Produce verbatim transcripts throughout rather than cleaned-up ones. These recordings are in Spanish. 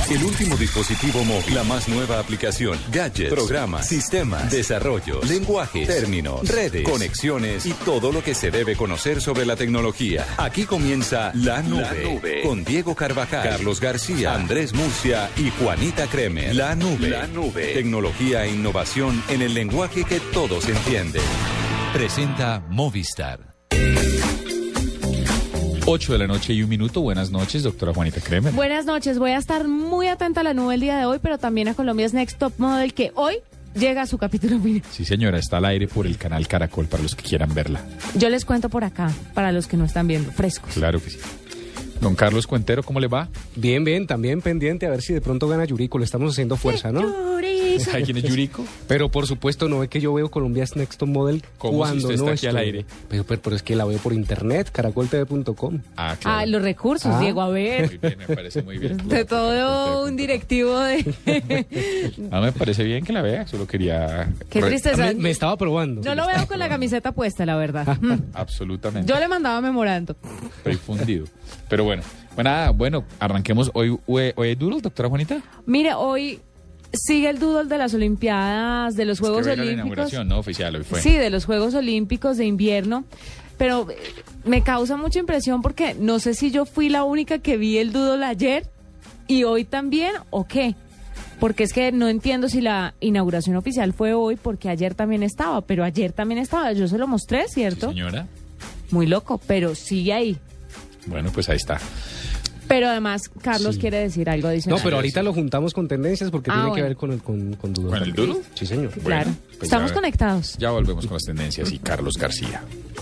El último dispositivo móvil, la más nueva aplicación, gadgets, programas, sistemas, desarrollo, lenguajes, términos, redes, conexiones y todo lo que se debe conocer sobre la tecnología. Aquí comienza La Nube, la Nube con Diego Carvajal, Carlos García, Andrés Murcia y Juanita Kremer. La Nube, la Nube, tecnología e innovación en el lenguaje que todos entienden. Presenta Movistar. ocho de la noche y un minuto. Buenas noches, doctora Juanita Kremer. Buenas noches. Voy a estar muy atenta a La Nube el día de hoy, pero también a Colombia's Next Top Model, que hoy llega a su capítulo final. Sí, señora, está al aire por el canal Caracol para los que quieran verla. Yo les cuento por acá, para los que no están viendo, frescos. Claro que sí. Don Carlos Cuentero, ¿cómo le va? Bien, bien, también pendiente a ver si de pronto gana Yuriko. Le estamos haciendo fuerza, ¿no? ¿Sabe quién es Yuriko? Pero por supuesto no es que yo veo Colombia's Next Top Model cuando si usted no está aquí al aire. Pero, pero, pero es que la veo por internet, caracol t v punto com. Ah, claro. Ah, los recursos, Ah. Diego, a ver. Muy bien, me parece muy bien. De todo un directivo de... No, me parece bien que la vea, solo quería... Qué tristeza. Me, me estaba probando. No lo veo con la camiseta puesta, la verdad. Absolutamente. Yo le mandaba memorando. Estoy fundido. Pero bueno, bueno, nada, bueno, arranquemos. Hoy, hoy, hoy hay Doodle, doctora Juanita. Mire, hoy sigue el doodle de las Olimpiadas, de los Juegos Es que hoy era la Olímpicos. inauguración, ¿no? Oficial, hoy fue. Sí, de los Juegos Olímpicos de invierno. Pero eh, me causa mucha impresión porque no sé si yo fui la única que vi el doodle ayer y hoy también o qué. Porque es que no entiendo si la inauguración oficial fue hoy porque ayer también estaba, pero ayer también estaba. Yo se lo mostré, ¿cierto? Sí, señora. Muy loco, pero sigue ahí. Bueno, pues ahí está. Pero además, Carlos Sí. quiere decir algo adicional. No, pero ahorita lo juntamos con tendencias porque Ah, tiene bueno. que ver con el con, con Doodle. ¿Con el Doodle? Sí, señor. Claro. Bueno, pues Estamos ya- conectados. Ya volvemos con las tendencias y Carlos García.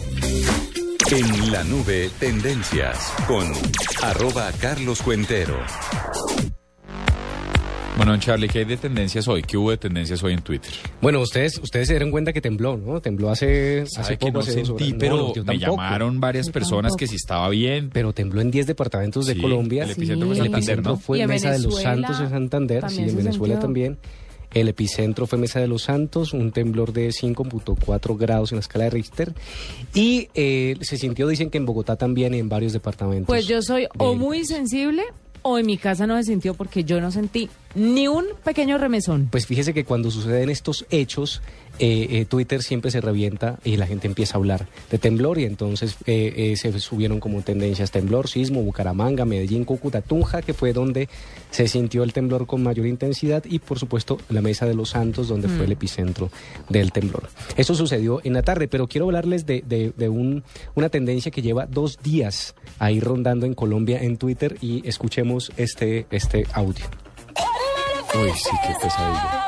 En La Nube, tendencias con arroba Carlos Cuentero. Bueno, don Charlie, ¿qué hay de tendencias hoy? ¿Qué hubo de tendencias hoy en Twitter? Bueno, ustedes ustedes se dieron cuenta que tembló, ¿no? Tembló hace, Sabe hace que poco, no hace dos sentí, horas. pero No, no, yo me tampoco. llamaron varias Yo personas tampoco. que si estaba bien. Pero tembló en diez departamentos de Sí, Colombia. el epicentro fue Sí. El Santander, epicentro ¿no? fue Y en Mesa de los Venezuela Santos en Santander, sí, también en se Venezuela sintió. también. El epicentro fue Mesa de los Santos, un temblor de cinco punto cuatro grados en la escala de Richter. Y eh, se sintió, dicen que en Bogotá también y en varios departamentos. Pues yo soy o del muy país. sensible o en mi casa no se sintió porque yo no sentí ni un pequeño remesón. Pues fíjese que cuando suceden estos hechos, eh, eh, Twitter siempre se revienta y la gente empieza a hablar de temblor y entonces eh, eh, se subieron como tendencias temblor, sismo, Bucaramanga, Medellín, Cúcuta, Tunja, que fue donde se sintió el temblor con mayor intensidad y por supuesto la Mesa de los Santos, donde fue el epicentro del temblor. Eso sucedió en la tarde, pero quiero hablarles de, de, de un, una tendencia que lleva dos días ahí rondando en Colombia en Twitter y escuchemos este, este audio. Uy, sí, qué pesadilla.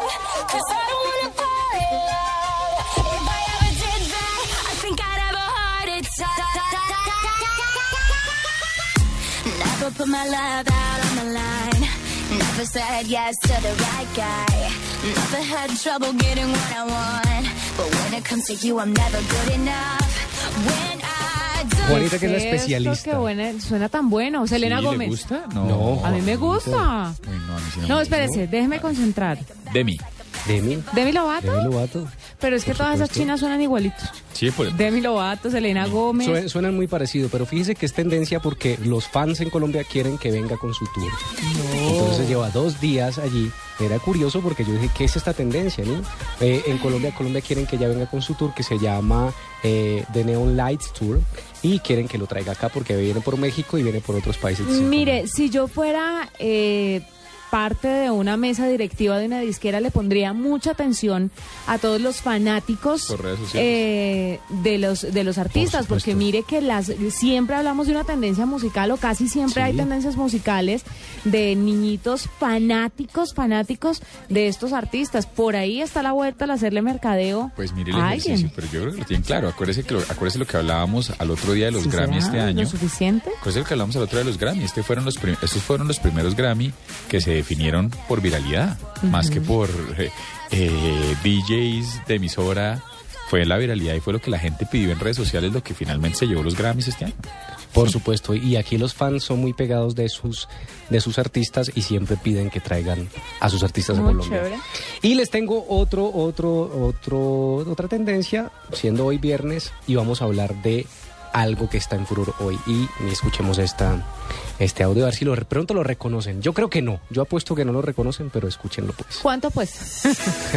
Never put my love out on the line. Never said yes to the right guy. Never had trouble getting what I want. But when it comes to you, I'm never good enough. When I do. Juanita, que es la Esto, especialista. qué buena, suena tan bueno. Selena ¿Sí, Gómez. ¿Le gusta? No. No. A mí me gusta. Uy, no, a mí sí no No, me espérese, gusta. déjeme concentrar. Demi. Demi, Demi Lovato. Demi Lovato. Pero es que Por todas esas supuesto. chinas suenan igualitos. Sí, pues. Demi Lovato, Selena Gómez. Suen- Suenan muy parecido, pero fíjese que es tendencia porque los fans en Colombia quieren que venga con su tour. Entonces lleva dos días allí. Era curioso porque yo dije, ¿qué es esta tendencia? ¿no? Eh, en Colombia, Colombia quieren que ella venga con su tour que se llama eh, The Neon Lights Tour y quieren que lo traiga acá porque viene por México y viene por otros países. de Mire, si yo fuera eh, parte de una mesa directiva de una disquera, le pondría mucha atención a todos los fanáticos Por redes sociales. eh, de los de los artistas, Por supuesto. porque mire que las siempre hablamos de una tendencia musical o casi siempre Sí. hay tendencias musicales de niñitos fanáticos, fanáticos de estos artistas. Por ahí está la vuelta al hacerle mercadeo Pues mire el a ejercicio, alguien. pero yo creo que lo tienen claro. Acuérdese, que lo, acuérdese lo que hablábamos al otro día de los ¿Sí Grammy será este año. ¿Lo suficiente? Acuérdese lo que hablamos al otro día de los Grammy. Este fueron los prim- estos fueron los primeros Grammy que se definieron por viralidad, más que por eh, eh, D Js de emisora. Fue la viralidad y fue lo que la gente pidió en redes sociales, lo que finalmente se llevó los Grammys este año. Por supuesto, y aquí los fans son muy pegados de sus de sus artistas y siempre piden que traigan a sus artistas a Muy Colombia. chévere. Y les tengo otro otro otro otra tendencia, siendo hoy viernes y vamos a hablar de algo que está en furor hoy y escuchemos esta este audio, a ver si lo, pronto lo reconocen. Yo creo que no, yo apuesto que no lo reconocen, pero escúchenlo pues. ¿Cuánto pues?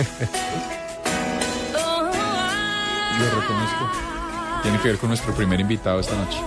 Lo reconozco. Tiene que ver con nuestro primer invitado esta noche.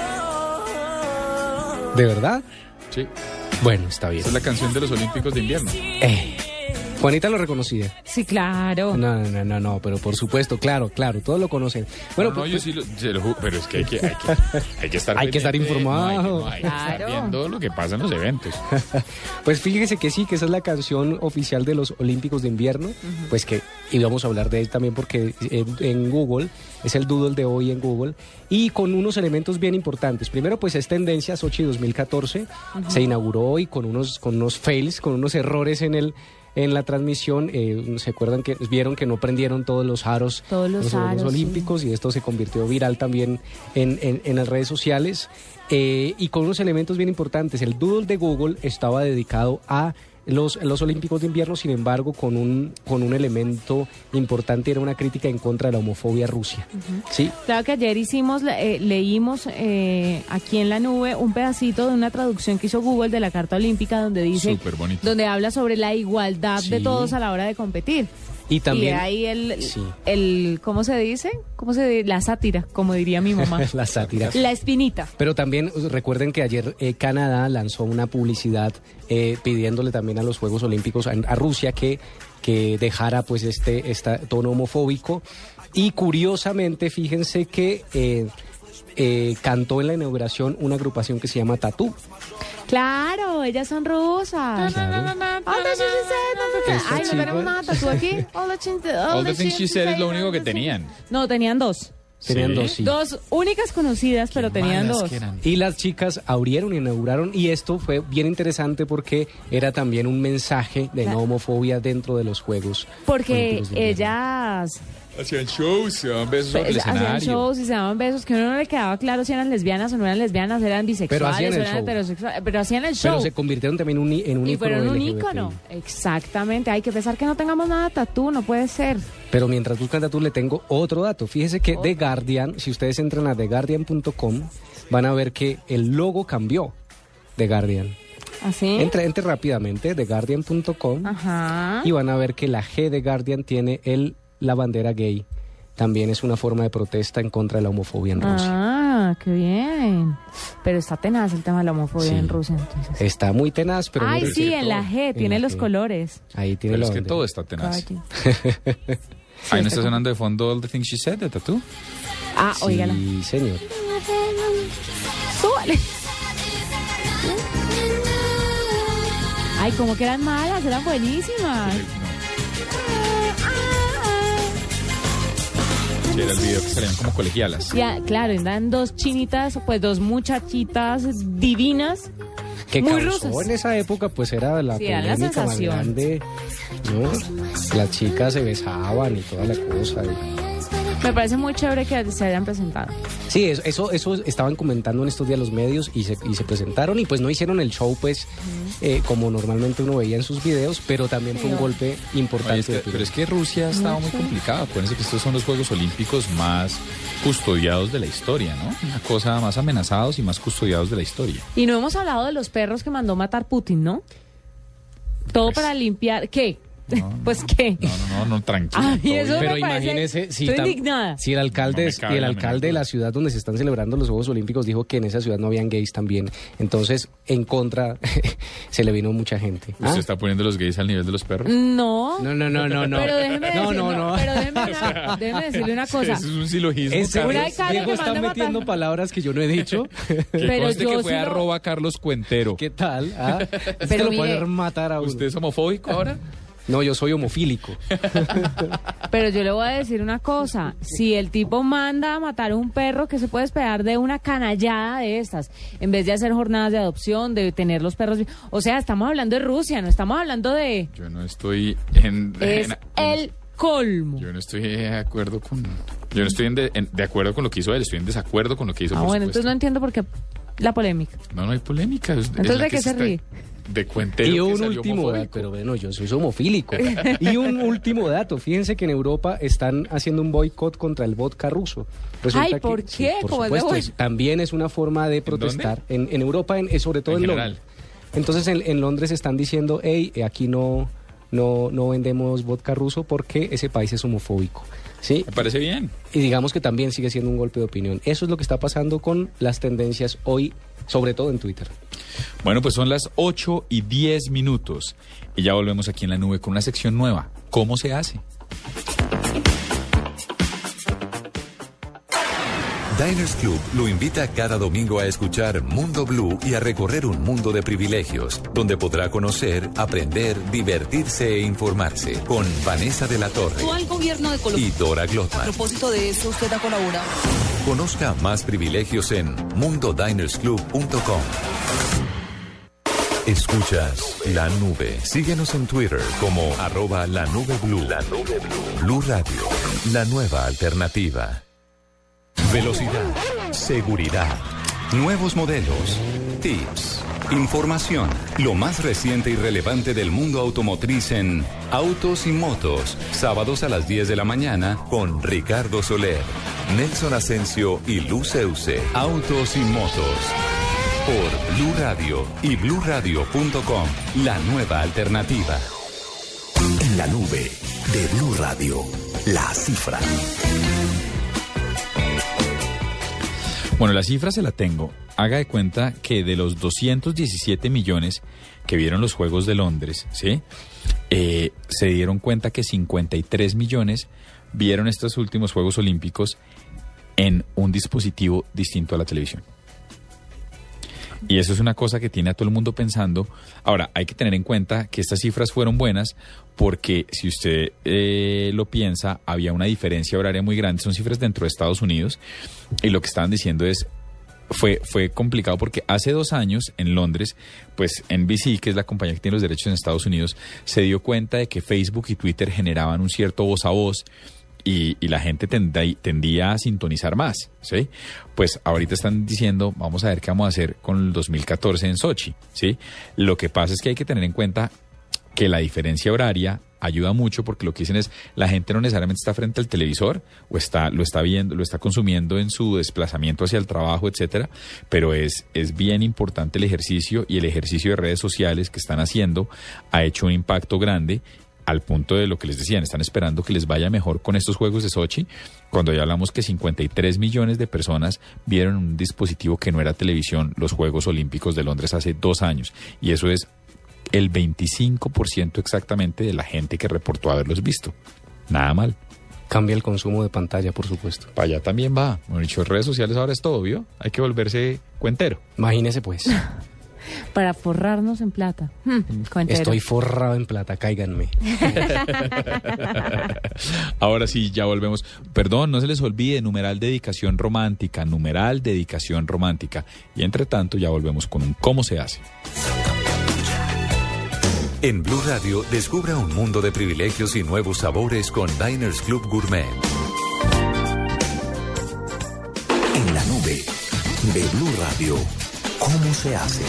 ¿De verdad? Sí. Bueno, está bien. Esa es la canción de los Olímpicos de Invierno. Eh, Juanita lo reconocía. Sí, claro. No, no, no, no, pero por supuesto, claro, claro, todos lo conocen. Bueno, no, no, pues, yo sí lo, se lo ju- pero es que hay que, hay que, hay que estar Hay que estar pendiente, informado. No, hay, no, hay que estar Claro. viendo lo que pasa en los eventos. pues fíjese que sí, que esa es la canción oficial de los Olímpicos de Invierno, uh-huh. pues que íbamos a hablar de él también porque en, en Google, es el doodle de hoy en Google, y con unos elementos bien importantes. Primero, pues es tendencia Sochi dos mil catorce, uh-huh. se inauguró hoy con unos, con unos fails, con unos errores en el... En la transmisión, eh, se acuerdan que vieron que no prendieron todos los aros, todos los, los aros Juegos Olímpicos, sí. Y esto se convirtió viral también en, en, en las redes sociales, eh, y con unos elementos bien importantes. El doodle de Google estaba dedicado a los, los Olímpicos de Invierno, sin embargo, con un, con un elemento importante, era una crítica en contra de la homofobia Rusia. Uh-huh. ¿Sí? Claro que ayer hicimos, eh, leímos eh, aquí en la nube un pedacito de una traducción que hizo Google de la Carta Olímpica, donde dice, donde habla sobre la igualdad sí. de todos a la hora de competir. Y también y ahí el, sí. el, ¿cómo se dice? ¿Cómo se dice? La sátira, como diría mi mamá. La sátira. La espinita. Pero también recuerden que ayer eh, Canadá lanzó una publicidad eh, pidiéndole también a los Juegos Olímpicos, a, a Rusia, que, que dejara pues este, este tono homofóbico. Y curiosamente, fíjense que eh, eh, cantó en la inauguración una agrupación que se llama Tatú. Claro, ellas son rusas. Claro. Ay, no tenemos nada tatú aquí. All the, things, all all the things she said es lo único que tenían. No, tenían dos. Tenían ¿Sí? dos, sí. Dos únicas conocidas, pero Qué tenían malas dos. que eran. Y las chicas abrieron y inauguraron, y esto fue bien interesante porque era también un mensaje de no homofobia dentro de los Juegos. Porque Olímpicos de Invierno. ellas... Hacían shows, se daban besos Pues, al hacían escenario. shows y se daban besos que a uno no le quedaba claro si eran lesbianas o no eran lesbianas, eran bisexuales hacían el o eran show. heterosexuales, pero hacían el show. Pero se convirtieron también un, en un y ícono fueron un L G B T I. ícono. Exactamente. Hay que pensar que no tengamos nada de tatú, no puede ser. Pero mientras buscan Tatú le tengo otro dato. Fíjese que The Guardian, si ustedes entran a the guardian punto com, van a ver que el logo cambió. The Guardian. ¿Así? Entre, entre rápidamente, the guardian punto com, Ajá. y van a ver que la G de Guardian tiene el, la bandera gay. También es una forma de protesta en contra de la homofobia en Rusia. Ah, qué bien. Pero está tenaz el tema de la homofobia Sí. en Rusia, entonces. Está muy tenaz, pero... Ay, mire sí, que en la G, en tiene la los G. colores. Ahí tiene Pero la es que bandera. todo está tenaz. Calle. Ahí no está sonando de fondo All the Things She Said de Tatú. Ah, Sí, óigala. señor. Súbale. Ay, como que eran malas, eran buenísimas. Sí, era el video que salían como colegialas. Ya, claro, eran dos chinitas, pues dos muchachitas divinas. Que Muy causó rusas. en esa época, pues era la Sí, era la polémica más sensación. grande, ¿no? Las chicas se besaban y toda la cosa. y- Me parece muy chévere que se hayan presentado. Sí, eso, eso, eso estaban comentando en estos días los medios y se, y se presentaron y pues no hicieron el show pues eh, como normalmente uno veía en sus videos, pero también fue un golpe importante. Oye, es que- de pero Twitter. es que Rusia ha estado muy complicado. Acuérdense que estos son los Juegos Olímpicos más custodiados de la historia, ¿no? Una cosa más amenazados y más custodiados de la historia. Y no hemos hablado de los perros que mandó matar Putin, ¿no? Todo Pues- para limpiar. ¿Qué? No, no, pues qué. No, no, no, no, tranquilo. Ay, todo eso bien. Pero me parece- imagínese si, estoy tam- indignada. si el alcalde, No me es- cabe y el la menor alcalde de duda. la ciudad donde se están celebrando los Juegos Olímpicos dijo que en esa ciudad no habían gays también. Entonces, en contra, se le vino mucha gente. ¿Usted ¿Ah? está poniendo los gays al nivel de los perros? No. No, no, no, no, no. Pero déjeme no, decir- no, no. Pero déjeme, una- déjeme decirle una cosa. Eso es un silogismo, Ese Carlos. Una de cada Diego que está manda a metiendo matar. palabras que yo no he dicho. Que Pero conste yo que sí fue lo- arroba Carlos Cuentero. ¿Qué tal? ¿Ah? Usted Pero lo mire, puede matar a uno. ¿Usted es homofóbico ahora? No, yo soy homofílico. Pero yo le voy a decir una cosa. Si el tipo manda a matar a un perro, ¿qué se puede esperar de una canallada de estas? En vez de hacer jornadas de adopción, de tener los perros... O sea, estamos hablando de Rusia, no estamos hablando de... Yo no estoy en... Es en- el colmo. Yo no estoy de acuerdo con... Yo no estoy en de, en- de acuerdo con lo que hizo él, estoy en desacuerdo con lo que hizo, Ah, por bueno, supuesto. entonces no entiendo por qué la polémica. No, no hay polémica. Es- es Entonces, la ¿de que qué se está- ríe? De Cuentero Y que un salió último dato, homofóbico. pero bueno, yo soy homofílico. Y un último dato, fíjense que en Europa están haciendo un boicot contra el vodka ruso. Ay, ¿por qué? por ¿Cómo es de supuesto, bueno? es- también es una forma de protestar. En, en Europa, en, eh, sobre todo En en, general. Londres. Entonces en, en Londres están diciendo, hey, eh, aquí no, no, no vendemos vodka ruso porque ese país es homofóbico. ¿Sí? Me parece bien. Y digamos que también sigue siendo un golpe de opinión. Eso es lo que está pasando con las tendencias hoy, sobre todo en Twitter. Bueno, pues son las ocho y diez minutos. Y ya volvemos aquí en la nube con una sección nueva. ¿Cómo se hace? Diners Club lo invita cada domingo a escuchar Mundo Blue y a recorrer un mundo de privilegios, donde podrá conocer, aprender, divertirse e informarse con Vanessa de la Torre Actual gobierno de Colombia. y Dora A Glotman. propósito de eso, usted ha colaborado. Conozca más privilegios en mundo diners club punto com. Escuchas La Nube. Síguenos en Twitter como arroba la nube blue. La nube blue. Blue Radio, la nueva alternativa. Velocidad, seguridad, nuevos modelos, tips, información, lo más reciente y relevante del mundo automotriz en Autos y Motos, sábados a las diez de la mañana con Ricardo Soler, Nelson Asensio y Luz Euse. Autos y Motos por Blue Radio y blue radio punto com, la nueva alternativa. En la nube de Blue Radio, la cifra. Bueno, la cifra se la tengo. Haga de cuenta que de los doscientos diecisiete millones que vieron los Juegos de Londres, ¿sí? Eh, se dieron cuenta que cincuenta y tres millones vieron estos últimos Juegos Olímpicos en un dispositivo distinto a la televisión. Y eso es una cosa que tiene a todo el mundo pensando. Ahora, hay que tener en cuenta que estas cifras fueron buenas porque, si usted eh, lo piensa, había una diferencia horaria muy grande. Son cifras dentro de Estados Unidos y lo que estaban diciendo es, fue, fue complicado porque hace dos años en Londres, pues N B C, que es la compañía que tiene los derechos en Estados Unidos, se dio cuenta de que Facebook y Twitter generaban un cierto voz a voz. Y, y la gente tendía, tendía a sintonizar más, ¿sí? Pues ahorita están diciendo, vamos a ver qué vamos a hacer con el dos mil catorce en Sochi, ¿sí? Lo que pasa es que hay que tener en cuenta que la diferencia horaria ayuda mucho porque lo que dicen es, la gente no necesariamente está frente al televisor o está, lo está viendo, lo está consumiendo en su desplazamiento hacia el trabajo, etcétera, pero es, es bien importante el ejercicio y el ejercicio de redes sociales que están haciendo ha hecho un impacto grande al punto de lo que les decían, están esperando que les vaya mejor con estos Juegos de Sochi, cuando ya hablamos que cincuenta y tres millones de personas vieron un dispositivo que no era televisión los Juegos Olímpicos de Londres hace dos años, y eso es el veinticinco por ciento exactamente de la gente que reportó haberlos visto. Nada mal. Cambia el consumo de pantalla, por supuesto. Para allá también va. Bueno, dicho, redes sociales ahora es todo, ¿vio? Hay que volverse cuentero. Imagínese pues. Para forrarnos en plata. Hmm, cuentero. Estoy forrado en plata, cáiganme. Ahora sí, ya volvemos. Perdón, no se les olvide, numeral dedicación romántica, numeral dedicación romántica. Y entre tanto, ya volvemos con un ¿cómo se hace? En Blue Radio, descubra un mundo de privilegios y nuevos sabores con Diners Club Gourmet. En la nube de Blue Radio, ¿cómo se hace?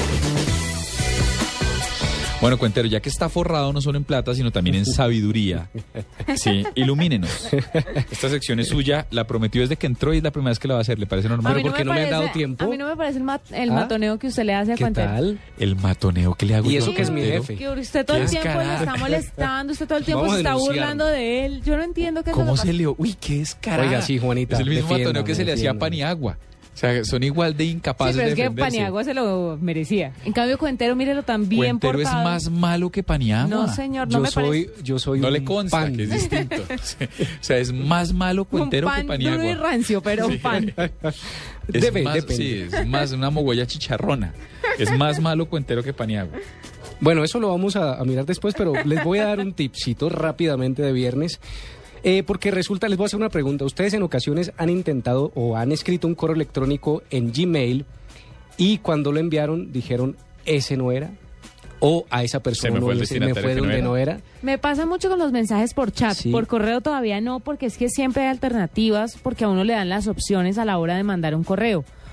Bueno, cuentero, ya que está forrado no solo en plata, sino también en sabiduría. Sí, ilumínenos. Esta sección es suya, la prometió desde que entró y es la primera vez que la va a hacer. ¿Le parece normal? A mí ¿por no qué me no me han parece- dado tiempo? A mí no me parece el, mat- el ¿Ah? matoneo que usted le hace a ¿Qué Cuentero. tal? El matoneo que le hago Y yo, eso que es mi Cuentero. jefe. Que usted todo Qué el tiempo le descarado. está molestando, usted todo el tiempo Vamos se a está denunciarlo. burlando de él. Yo no entiendo qué es lo ¿Cómo que se pasa. le... Uy, qué descarado. Oiga, sí, Juanita, Es el mismo defiéndame, matoneo que se le hacía a defiéndame. Paniagua. O sea, son igual de Sí, incapaces pero de es que defenderse. Paniagua se lo merecía. En cambio, Cuentero, mírelo tan bien Cuentero es portado. más malo que Paniagua. No, señor, no Yo me soy, parece. yo soy No un le consta pan. que es distinto. O sea, es más malo Un Cuentero pan que Paniagua. duro y rancio, pero un pan. Es Debe, más, depende. sí, es más una mogollas chicharrona. Es más malo Cuentero que Paniagua. Bueno, eso lo vamos a, a mirar después, pero les voy a dar un tipcito rápidamente de viernes. Eh, porque resulta, les voy a hacer una pregunta. Ustedes en ocasiones han intentado o han escrito un correo electrónico en Gmail y cuando lo enviaron dijeron, ese no era. O a esa persona me fue el no, se me destinatario fue que no donde era. no era. Me pasa mucho con los mensajes por chat. Sí. Por correo todavía no, porque es que siempre hay alternativas, porque a uno le dan las opciones a la hora de mandar un correo.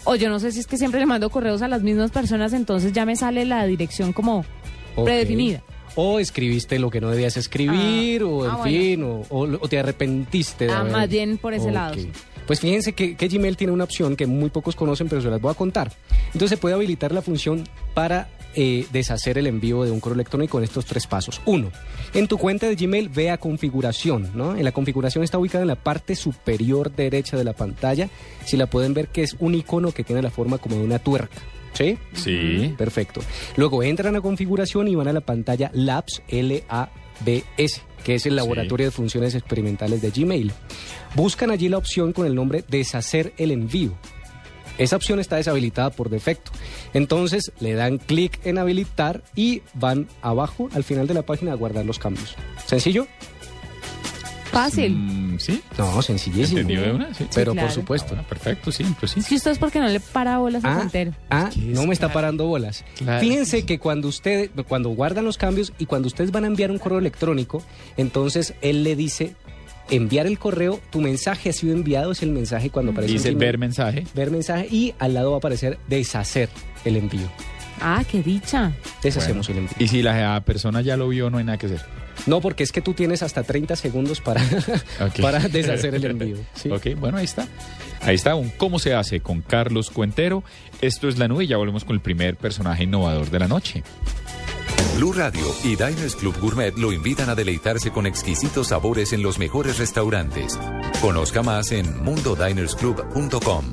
O yo no sé si es que siempre le mando correos a las mismas personas, entonces ya me sale la dirección como Ok. predefinida. O escribiste lo que no debías escribir, Ah, o en ah, fin, o, o- o te arrepentiste de Ah, haber- más bien por ese Ok. lado, sí. Pues fíjense que, que Gmail tiene una opción que muy pocos conocen, pero se las voy a contar. Entonces se puede habilitar la función para eh, deshacer el envío de un correo electrónico en estos tres pasos. Uno, en tu cuenta de Gmail ve a configuración, ¿no? En la configuración está ubicada en la parte superior derecha de la pantalla. Si la pueden ver, que es un icono que tiene la forma como de una tuerca. ¿Sí? Sí. Perfecto. Luego entran a configuración y van a la pantalla Labs, L A B S, que es el laboratorio de funciones experimentales de Gmail. Buscan allí la opción con el nombre Deshacer el envío. Esa opción está deshabilitada por defecto. Entonces le dan clic en habilitar y van abajo al final de la página a guardar los cambios. ¿Sencillo? Fácil. Mm, ¿Sí? No, sencillísimo. ¿Entendió de una? Sí. Pero claro. por supuesto. Ah, bueno, perfecto, sí, pues sí. Es que usted es porque no le para bolas a Ah, Quintero. ah, Es que es no me está claro. parando bolas. Claro. Fíjense que cuando ustedes, cuando guardan los cambios y cuando ustedes van a enviar un correo electrónico, entonces él le dice enviar el correo, tu mensaje ha sido enviado, es el mensaje cuando aparece Dice en Gmail. ver mensaje. Ver mensaje y al lado va a aparecer deshacer el envío. Ah, qué dicha. Deshacemos el envío. Y si la persona ya lo vio, no hay nada que hacer. No, porque es que tú tienes hasta treinta segundos para, Ok. para deshacer el envío. ¿sí? Ok, bueno, ahí está. Ahí está un ¿Cómo se hace? Con Carlos Cuentero. Esto es La Nube y ya volvemos con el primer personaje innovador de la noche. Blue Radio y Diners Club Gourmet lo invitan a deleitarse con exquisitos sabores en los mejores restaurantes. Conozca más en mundo diners club punto com.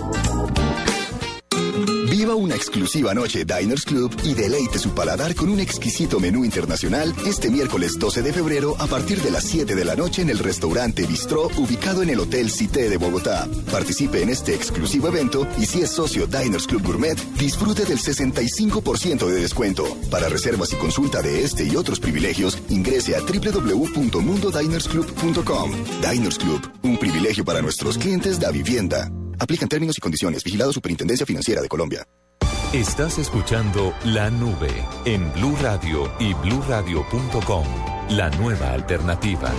Viva una exclusiva noche Diners Club y deleite su paladar con un exquisito menú internacional este miércoles doce de febrero a partir de las siete de la noche en el restaurante Bistró ubicado en el Hotel Cité de Bogotá. Participe en este exclusivo evento y si es socio Diners Club Gourmet, disfrute del sesenta y cinco por ciento de descuento. Para reservas y consulta de este y otros privilegios, ingrese a doble u doble u doble u punto mundo diners club punto com. Diners Club, un privilegio para nuestros clientes da vivienda. Aplican términos y condiciones. Vigilado Superintendencia Financiera de Colombia. Estás escuchando La Nube en Blue Radio y blue radio punto com. La nueva alternativa.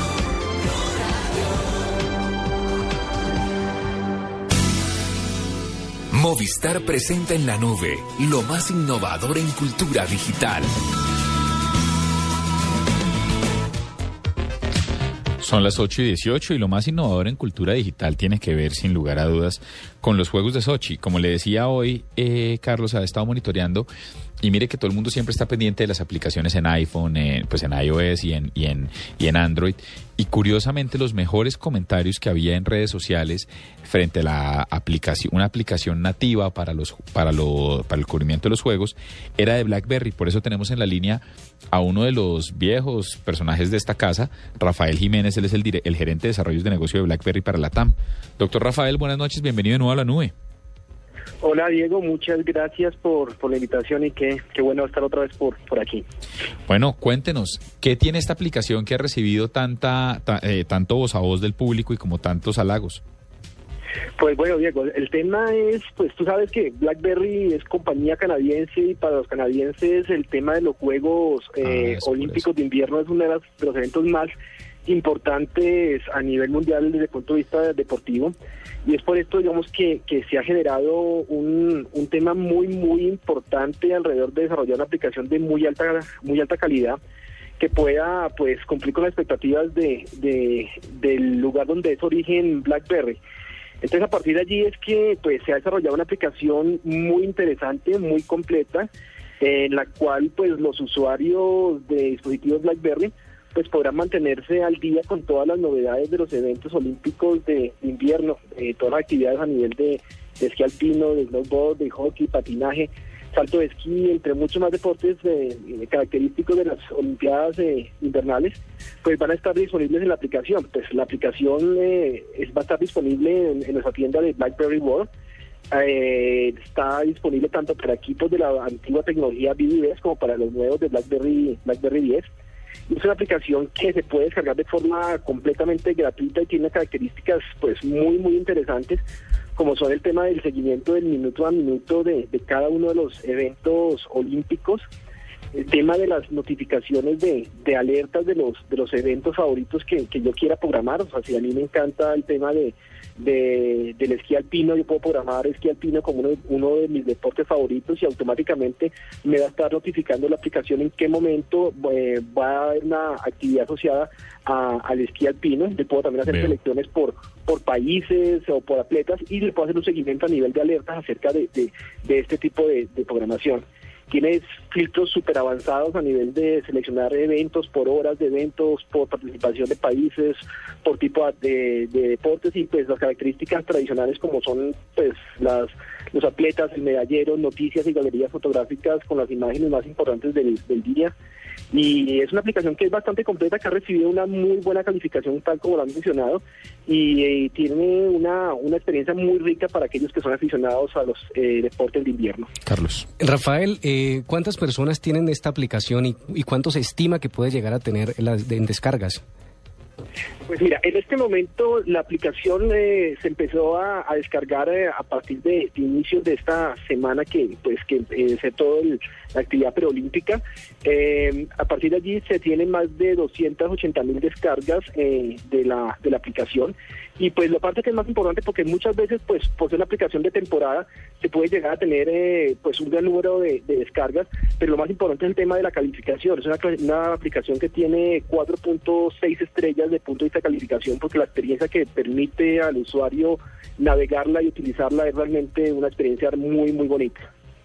Movistar presenta en la nube lo más innovador en cultura digital. Son las ocho y dieciocho y lo más innovador en cultura digital tiene que ver, sin lugar a dudas, con los Juegos de Sochi. Como le decía hoy, eh, Carlos ha estado monitoreando y mire que todo el mundo siempre está pendiente de las aplicaciones en iPhone, eh, pues en iOS y en, y, en, y en Android. Y curiosamente los mejores comentarios que había en redes sociales frente a la aplicación, una aplicación nativa para los para lo, para el cubrimiento de los juegos, era de BlackBerry. Por eso tenemos en la línea a uno de los viejos personajes de esta casa, Rafael Jiménez. Él es el, dire- el gerente de desarrollos de negocio de BlackBerry para la T A M. Doctor Rafael, buenas noches, bienvenido de nuevo a La Nube. Hola Diego, muchas gracias por, por la invitación y qué, qué bueno estar otra vez por, por aquí. Bueno, cuéntenos, ¿qué tiene esta aplicación que ha recibido tanta ta- eh, tanto voz a voz del público y como tantos halagos? Pues bueno Diego, el tema es, pues tú sabes que BlackBerry es compañía canadiense y para los canadienses el tema de los Juegos eh, Ah, es por Olímpicos eso. de Invierno es uno de los, de los eventos más importantes a nivel mundial desde el punto de vista deportivo. Y es por esto, digamos, que, que se ha generado un, un tema muy, muy importante alrededor de desarrollar una aplicación de muy alta, muy alta calidad que pueda, pues, cumplir con las expectativas de, de, del lugar donde es origen BlackBerry. Entonces, a partir de allí es que, pues, se ha desarrollado una aplicación muy interesante, muy completa, en la cual, pues, los usuarios de dispositivos BlackBerry pues podrán mantenerse al día con todas las novedades de los eventos olímpicos de, de invierno, eh, todas las actividades a nivel de, de esquí alpino, de snowboard, de hockey, patinaje, salto de esquí, entre muchos más deportes eh, característicos de las Olimpiadas eh, invernales, pues van a estar disponibles en la aplicación. Pues la aplicación eh, es, va a estar disponible en, en nuestra tienda de BlackBerry World. Eh, está disponible tanto para equipos de la antigua tecnología B B S como para los nuevos de BlackBerry, BlackBerry diez. Es una aplicación que se puede descargar de forma completamente gratuita y tiene características pues muy muy interesantes, como son el tema del seguimiento del minuto a minuto de, de cada uno de los eventos olímpicos, el tema de las notificaciones de, de alertas de los de los eventos favoritos que, que yo quiera programar. O sea, si a mí me encanta el tema de, de del esquí alpino, yo puedo programar esquí alpino como uno, uno de mis deportes favoritos y automáticamente me va a estar notificando la aplicación en qué momento eh, va a haber una actividad asociada a, al esquí alpino. Le puedo también hacer Veo. selecciones por por países o por atletas y le puedo hacer un seguimiento a nivel de alertas acerca de, de, de este tipo de, de programación. Tiene filtros súper avanzados a nivel de seleccionar eventos por horas de eventos, por participación de países, por tipo de, de deportes y pues las características tradicionales como son pues las los atletas, el medallero, noticias y galerías fotográficas con las imágenes más importantes del, del día. Y es una aplicación que es bastante completa, que ha recibido una muy buena calificación, tal como lo han mencionado, y eh, tiene una, una experiencia muy rica para aquellos que son aficionados a los eh, deportes de invierno. Carlos. Rafael, eh, ¿cuántas personas tienen esta aplicación y, y cuánto se estima que puede llegar a tener en, las, en descargas? Pues mira, en este momento la aplicación eh, se empezó a, a descargar eh, a partir de, de inicios de esta semana que pues que empecé toda la actividad preolímpica. Eh, a partir de allí se tienen más de doscientas ochenta mil descargas eh, de la de la aplicación. Y pues la parte que es más importante, porque muchas veces pues por ser una aplicación de temporada se puede llegar a tener eh, pues un gran número de, de descargas, pero lo más importante es el tema de la calificación. Es una, una aplicación que tiene cuatro punto seis estrellas de punto de vista de calificación, porque la experiencia que permite al usuario navegarla y utilizarla es realmente una experiencia muy muy bonita.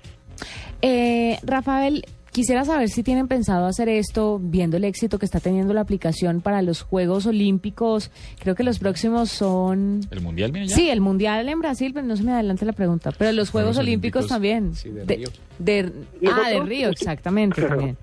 Eh, Rafael, quisiera saber si tienen pensado hacer esto, viendo el éxito que está teniendo la aplicación para los Juegos Olímpicos. Creo que los próximos son... ¿El Mundial viene ya? Sí, el Mundial en Brasil, pero no se me adelante la pregunta. Pero los Juegos, Juegos Olímpicos, Olímpicos también. Sí, de, de Río. De, ah, de Río, exactamente, también.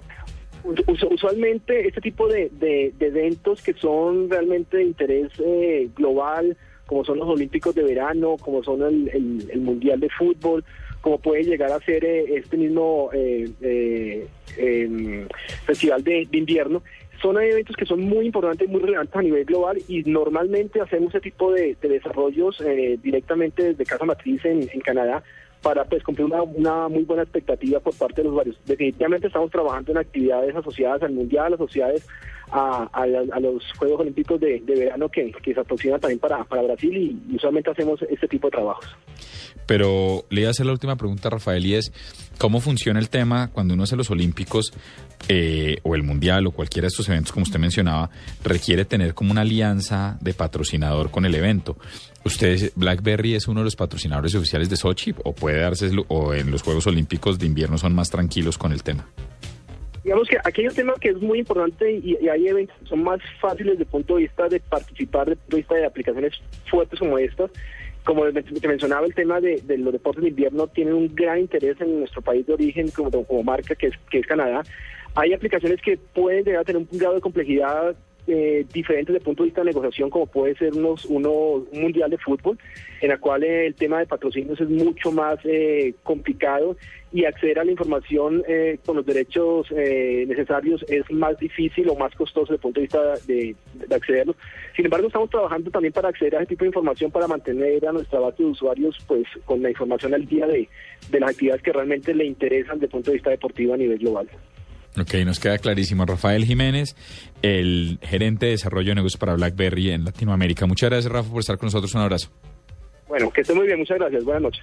Usualmente este tipo de, de, de eventos que son realmente de interés eh, global, como son los Olímpicos de verano, como son el, el, el Mundial de fútbol, como puede llegar a ser eh, este mismo eh, eh, eh, Festival de, de invierno, son eventos que son muy importantes, muy relevantes a nivel global y normalmente hacemos ese tipo de, de desarrollos eh, directamente desde casa matriz en, en Canadá para pues cumplir una, una muy buena expectativa por parte de los usuarios. Definitivamente estamos trabajando en actividades asociadas al Mundial, asociadas a, a, a los Juegos Olímpicos de, de verano que, que se aproximan también para, para Brasil y, y usualmente hacemos este tipo de trabajos. Pero le iba a hacer la última pregunta, Rafael, y es, ¿cómo funciona el tema cuando uno hace los Olímpicos eh, o el Mundial o cualquiera de estos eventos, como usted mencionaba, requiere tener como una alianza de patrocinador con el evento? ¿Usted, BlackBerry, es uno de los patrocinadores oficiales de Sochi o puede darse, o en los Juegos Olímpicos de invierno son más tranquilos con el tema? Digamos que aquí hay un tema que es muy importante y, y hay eventos que son más fáciles desde el punto de vista de participar, desde el punto de vista de aplicaciones fuertes como estas. Como te mencionaba, el tema de, de los deportes de invierno tienen un gran interés en nuestro país de origen como, como marca, que es, que es Canadá. Hay aplicaciones que pueden llegar a tener un grado de complejidad eh, diferente desde el punto de vista de negociación, como puede ser unos, uno, un mundial de fútbol, en la cual eh, el tema de patrocinios es mucho más eh, complicado y acceder a la información eh, con los derechos eh, necesarios es más difícil o más costoso desde el punto de vista de, de accederlos. Sin embargo, estamos trabajando también para acceder a ese tipo de información para mantener a nuestra base de usuarios pues con la información al día de, de las actividades que realmente le interesan desde el punto de vista deportivo a nivel global. Ok, nos queda clarísimo. Rafael Jiménez, el gerente de desarrollo de negocios para BlackBerry en Latinoamérica. Muchas gracias, Rafa, por estar con nosotros. Un abrazo. Bueno, que esté muy bien. Muchas gracias. Buenas noches.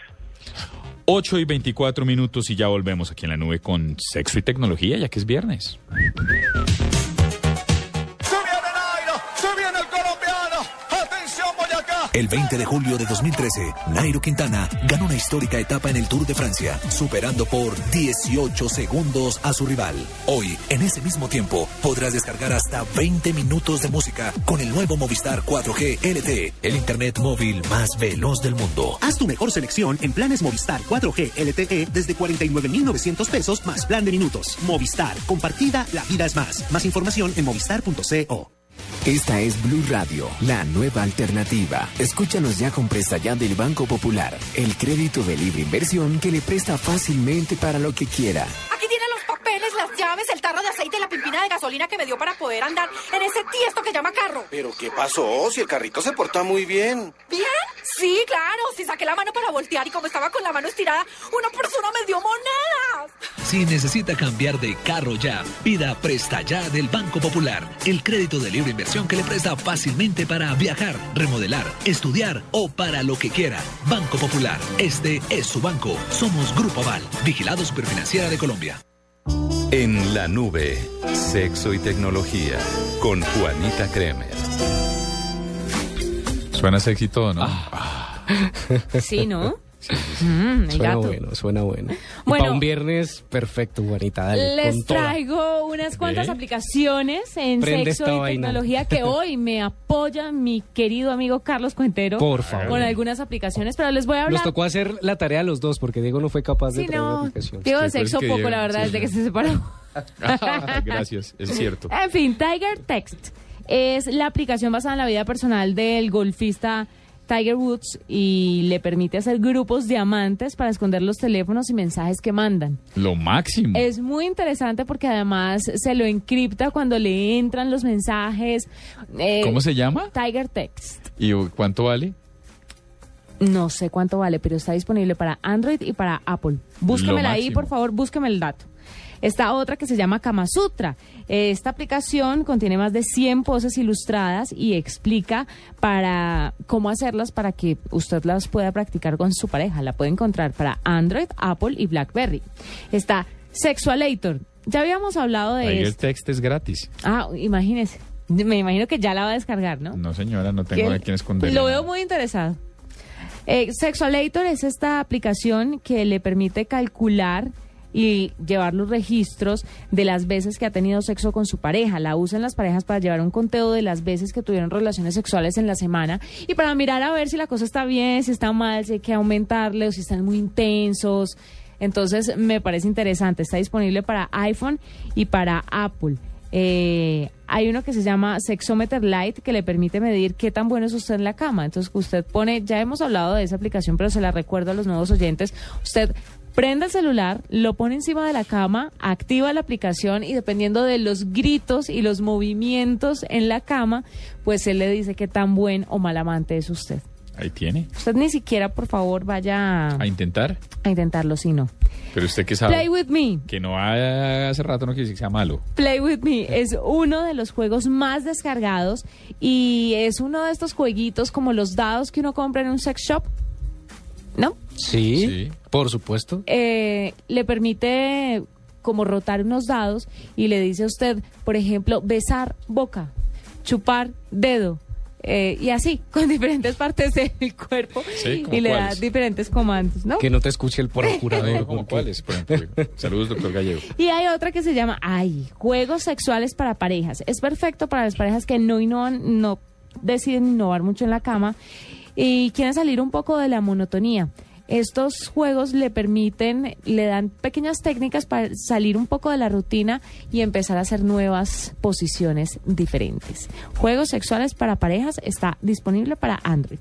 ocho y veinticuatro minutos y ya volvemos aquí en la nube con sexo y tecnología, ya que es viernes. El veinte de julio de dos mil trece, Nairo Quintana ganó una histórica etapa en el Tour de Francia, superando por dieciocho segundos a su rival. Hoy, en ese mismo tiempo, podrás descargar hasta veinte minutos de música con el nuevo Movistar cuatro G L T E, el internet móvil más veloz del mundo. Haz tu mejor selección en planes Movistar cuatro G L T E desde cuarenta y nueve mil novecientos pesos más plan de minutos. Movistar, compartida, la vida es más. Más información en movistar punto co. Esta es Blue Radio, la nueva alternativa. Escúchanos ya con Presta Ya del Banco Popular, el crédito de libre inversión que le presta fácilmente para lo que quiera. Aquí tienen los papeles, las llaves, el tarro de aceite, la pimpina de gasolina que me dio para poder andar en ese tiesto que llama carro. ¿Pero qué pasó? Si el carrito se porta muy bien. ¿Bien? Sí, claro. Si saqué la mano para voltear y como estaba con la mano estirada, una persona me dio monedas. Si necesita cambiar de carro ya, pida Presta Ya del Banco Popular. El crédito de libre inversión que le presta fácilmente para viajar, remodelar, estudiar o para lo que quiera. Banco Popular. Este es su banco. Somos Grupo Aval, vigilado Superfinanciera de Colombia. En la nube, sexo y tecnología, con Juanita Kremer. Suena sexy todo, ¿no? Ah. Sí, ¿no? Sí, sí, sí. Mm, el Suena gato. bueno, suena bueno. Bueno, para un viernes, perfecto, Juanita, dale, Les con toda. traigo unas cuantas ¿Eh? aplicaciones en Prende sexo esta y vaina. tecnología que hoy me apoya mi querido amigo Carlos Cuentero. Por favor. Con algunas aplicaciones, pero les voy a Nos hablar. tocó hacer la tarea a los dos porque Diego no fue capaz de Sí, traer la no, aplicación. Diego de Sí, pues sexo que poco, Diego- la verdad, sí, desde sí. que se separó. Gracias, es cierto. En fin, Tiger Text es la aplicación basada en la vida personal del golfista Tiger Woods y le permite hacer grupos de amantes para esconder los teléfonos y mensajes que mandan. Lo máximo. Es muy interesante porque además se lo encripta cuando le entran los mensajes. eh, ¿Cómo se llama? Tiger Text. ¿Y cuánto vale? No sé cuánto vale, pero está disponible para Android y para Apple. Búsquemela ahí, máximo. por favor, búsqueme el dato. Está otra que se llama Kama Sutra. Esta aplicación contiene más de cien poses ilustradas y explica para cómo hacerlas para que usted las pueda practicar con su pareja. La puede encontrar para Android, Apple y BlackBerry. Está Sexualator. Ya habíamos hablado de Tiger esto. Text es gratis. Ah, imagínese. Me imagino que ya la va a descargar, ¿no? No, señora, no tengo ¿Qué? a quién esconder. Lo veo muy interesado. Eh, Sexualator es esta aplicación que le permite calcular y llevar los registros de las veces que ha tenido sexo con su pareja. La usan las parejas para llevar un conteo de las veces que tuvieron relaciones sexuales en la semana y para mirar a ver si la cosa está bien, si está mal, si hay que aumentarle o si están muy intensos. Entonces me parece interesante. Está disponible para iPhone y para Apple. Eh, hay uno que se llama Sexometer Lite que le permite medir qué tan bueno es usted en la cama. Entonces usted pone, ya hemos hablado de esa aplicación, pero se la recuerdo a los nuevos oyentes. Usted prende el celular, lo pone encima de la cama, activa la aplicación y dependiendo de los gritos y los movimientos en la cama, pues él le dice qué tan buen o mal amante es usted. Ahí tiene. Usted ni siquiera, por favor, vaya A intentar. a intentarlo, si no. Pero usted qué sabe. Play With Me. Que no ha- hace rato no quiere decir que sea malo. Play With Me es uno de los juegos más descargados y es uno de estos jueguitos como los dados que uno compra en un sex shop, ¿no? Sí, Sí. por supuesto. Eh, le permite como rotar unos dados y le dice a usted, por ejemplo, besar boca, chupar dedo. eh, y así, con diferentes partes del cuerpo Sí, ¿como y le da cuáles? diferentes comandos, ¿no? Que no te escuche el procurador. ¿Cómo cuáles, por ejemplo? Saludos, doctor Gallego. Y hay otra que se llama, ay, juegos sexuales para parejas. Es perfecto para las parejas que no innovan, no deciden innovar mucho en la cama y quieren salir un poco de la monotonía. Estos juegos le permiten, le dan pequeñas técnicas para salir un poco de la rutina y empezar a hacer nuevas posiciones diferentes. Juegos sexuales para parejas está disponible para Android.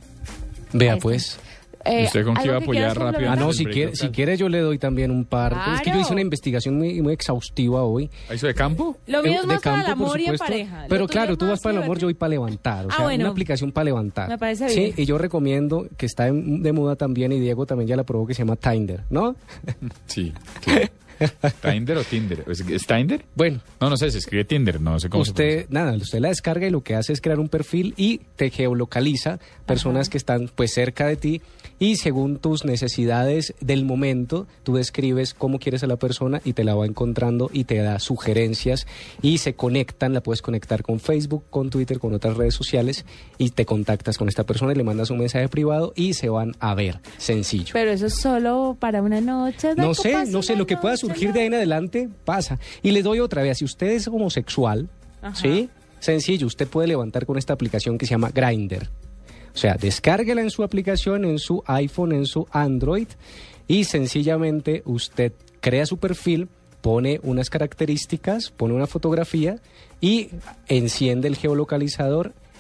Vea Ahí está. pues. Eh, ¿Usted con qué ¿algo iba a que apoyar quieras rápido? Ah, complementar? no, El si break quiere, local. si quiere yo le doy también un par. Es que yo hice Claro. una investigación muy, muy exhaustiva hoy. ¿Eso de campo? Lo mío Eh, es de más para el campo, por amor y en supuesto. pareja. Lo Pero tuyo claro, es tú más vas para el amor, divertido. yo voy para levantar. O Ah, sea, bueno. una aplicación para levantar. Me parece bien. Sí, y yo recomiendo, que está en- de moda también, y Diego también ya la probó, que se llama Tinder, ¿no? Sí. claro. ¿Tinder o Tinder? ¿Es, es Tinder? Bueno, No, no sé, se escribe Tinder, no sé cómo se usted, nada, usted la descarga y lo que hace es crear un perfil y te geolocaliza personas que están pues cerca de ti y según tus necesidades del momento, tú describes cómo quieres a la persona y te la va encontrando y te da sugerencias y se conectan, la puedes conectar con Facebook, con Twitter, con otras redes sociales y te contactas con esta persona y le mandas un mensaje privado y se van a ver, sencillo. Pero eso es solo para una noche. de No sé, copas, no sé, una lo que pueda noche, surgir ¿no? de ahí en adelante pasa. Y les doy otra vez, si usted es homosexual, Ajá. ¿sí? Sencillo, usted puede levantar con esta aplicación que se llama Grindr. O sea, descárguela en su aplicación, en su iPhone, en su Android y sencillamente usted crea su perfil, pone unas características, pone una fotografía y enciende el geolocalizador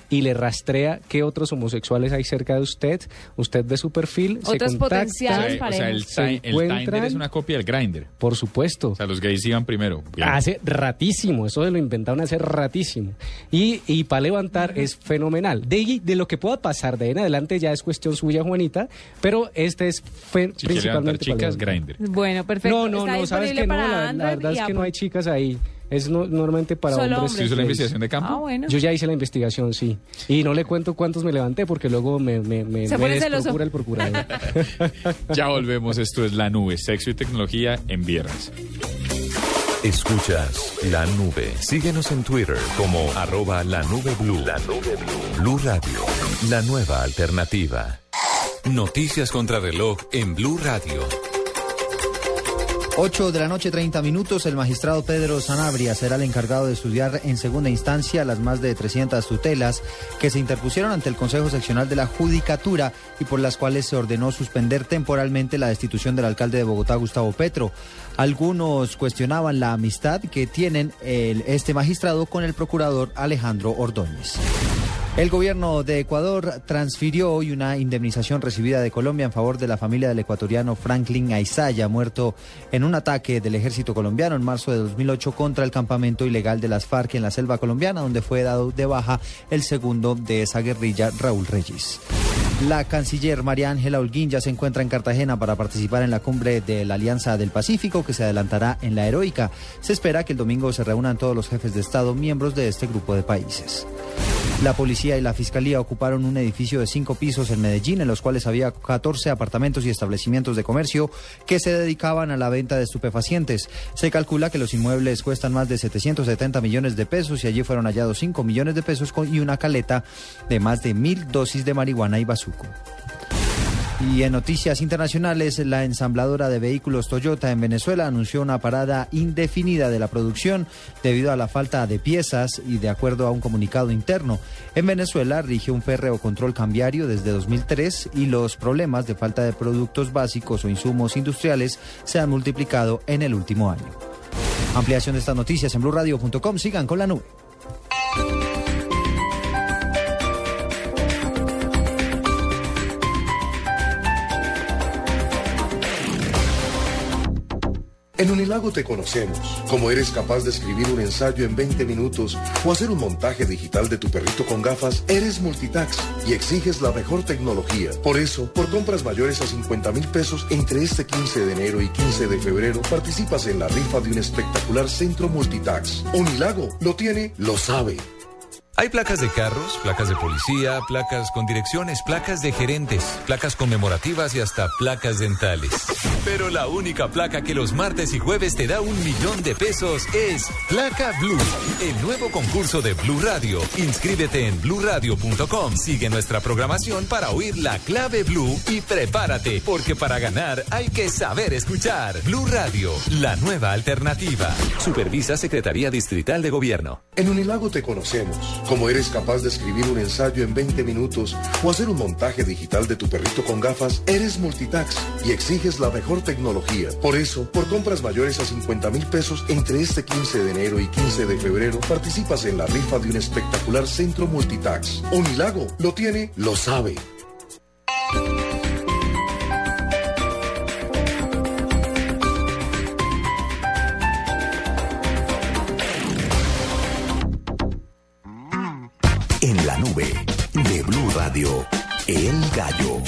y le rastrea qué otros homosexuales hay cerca de usted. Usted ve su perfil, Otros se contacta. potenciales O sea, o sea, el, se ti- el encuentran. Tinder es una copia del Grindr. Por supuesto. O sea, los gays iban primero. Bien. Hace ratísimo, eso se lo inventaron hace ratísimo. Y, y para levantar es fenomenal. De, de lo que pueda pasar de ahí en adelante ya es cuestión suya, Juanita, pero este es fe- Si quiere levantar principalmente para chicas, levantar. Grindr. Bueno, perfecto. No, no, Está no, sabes disponible que no, para la, la Android verdad y es que no Apple. hay chicas ahí. Es no- normalmente para Solo hombres. hombres. ¿Se hizo la gays. investigación de campo? Ah, bueno. Yo ya hice la investigación, sí. Y no le cuento cuántos me levanté porque luego me, me, me, Se me pone celoso. desprocura el procurador. Ya volvemos, esto es La Nube, sexo y tecnología en viernes. Escuchas La Nube. Síguenos en Twitter como arroba la nube blue. La Nube Blue. Blue Radio, la nueva alternativa. Noticias contra reloj en Blue Radio. ocho de la noche, treinta minutos. El magistrado Pedro Sanabria será el encargado de estudiar en segunda instancia las más de trescientas tutelas que se interpusieron ante el Consejo Seccional de la Judicatura y por las cuales se ordenó suspender temporalmente la destitución del alcalde de Bogotá, Gustavo Petro. Algunos cuestionaban la amistad que tienen el, este magistrado con el procurador Alejandro Ordóñez. El gobierno de Ecuador transfirió hoy una indemnización recibida de Colombia en favor de la familia del ecuatoriano Franklin Aizaya, muerto en un ataque del ejército colombiano en marzo de dos mil ocho contra el campamento ilegal de las FARC en la selva colombiana, donde fue dado de baja el segundo de esa guerrilla, Raúl Reyes. La canciller María Ángela Holguín ya se encuentra en Cartagena para participar en la cumbre de la Alianza del Pacífico, que se adelantará en la Heroica. Se espera que el domingo se reúnan todos los jefes de Estado miembros de este grupo de países. La policía y la fiscalía ocuparon un edificio de cinco pisos en Medellín, en los cuales había catorce apartamentos y establecimientos de comercio que se dedicaban a la venta de estupefacientes. Se calcula que los inmuebles cuestan más de setecientos setenta millones de pesos y allí fueron hallados cinco millones de pesos con- y una caleta de más de mil dosis de marihuana y bazuco. Y en noticias internacionales, la ensambladora de vehículos Toyota en Venezuela anunció una parada indefinida de la producción debido a la falta de piezas y de acuerdo a un comunicado interno. En Venezuela rige un férreo control cambiario desde dos mil tres y los problemas de falta de productos básicos o insumos industriales se han multiplicado en el último año. Ampliación de estas noticias en blue radio punto com. Sigan con la nube. En Unilago te conocemos, como eres capaz de escribir un ensayo en veinte minutos o hacer un montaje digital de tu perrito con gafas, eres multitax y exiges la mejor tecnología. Por eso, por compras mayores a cincuenta mil pesos entre este quince de enero y quince de febrero, participas en la rifa de un espectacular centro multitax. Unilago lo tiene, lo sabe. Hay placas de carros, placas de policía, placas con direcciones, placas de gerentes, placas conmemorativas y hasta placas dentales. Pero la única placa que los martes y jueves te da un millón de pesos es Placa Blue, el nuevo concurso de Blue Radio. Inscríbete en blue radio punto com, sigue nuestra programación para oír la clave Blue y prepárate, porque para ganar hay que saber escuchar. Blue Radio, la nueva alternativa. Supervisa Secretaría Distrital de Gobierno. En Unilago te conocemos, como eres capaz de escribir un ensayo en veinte minutos o hacer un montaje digital de tu perrito con gafas, eres multitax y exiges la mejor tecnología. Por eso, por compras mayores a cincuenta mil pesos entre este quince de enero y quince de febrero, participas en la rifa de un espectacular centro multitax. Unilago lo tiene, lo sabe. En la nube de Blue Radio, El Gallo.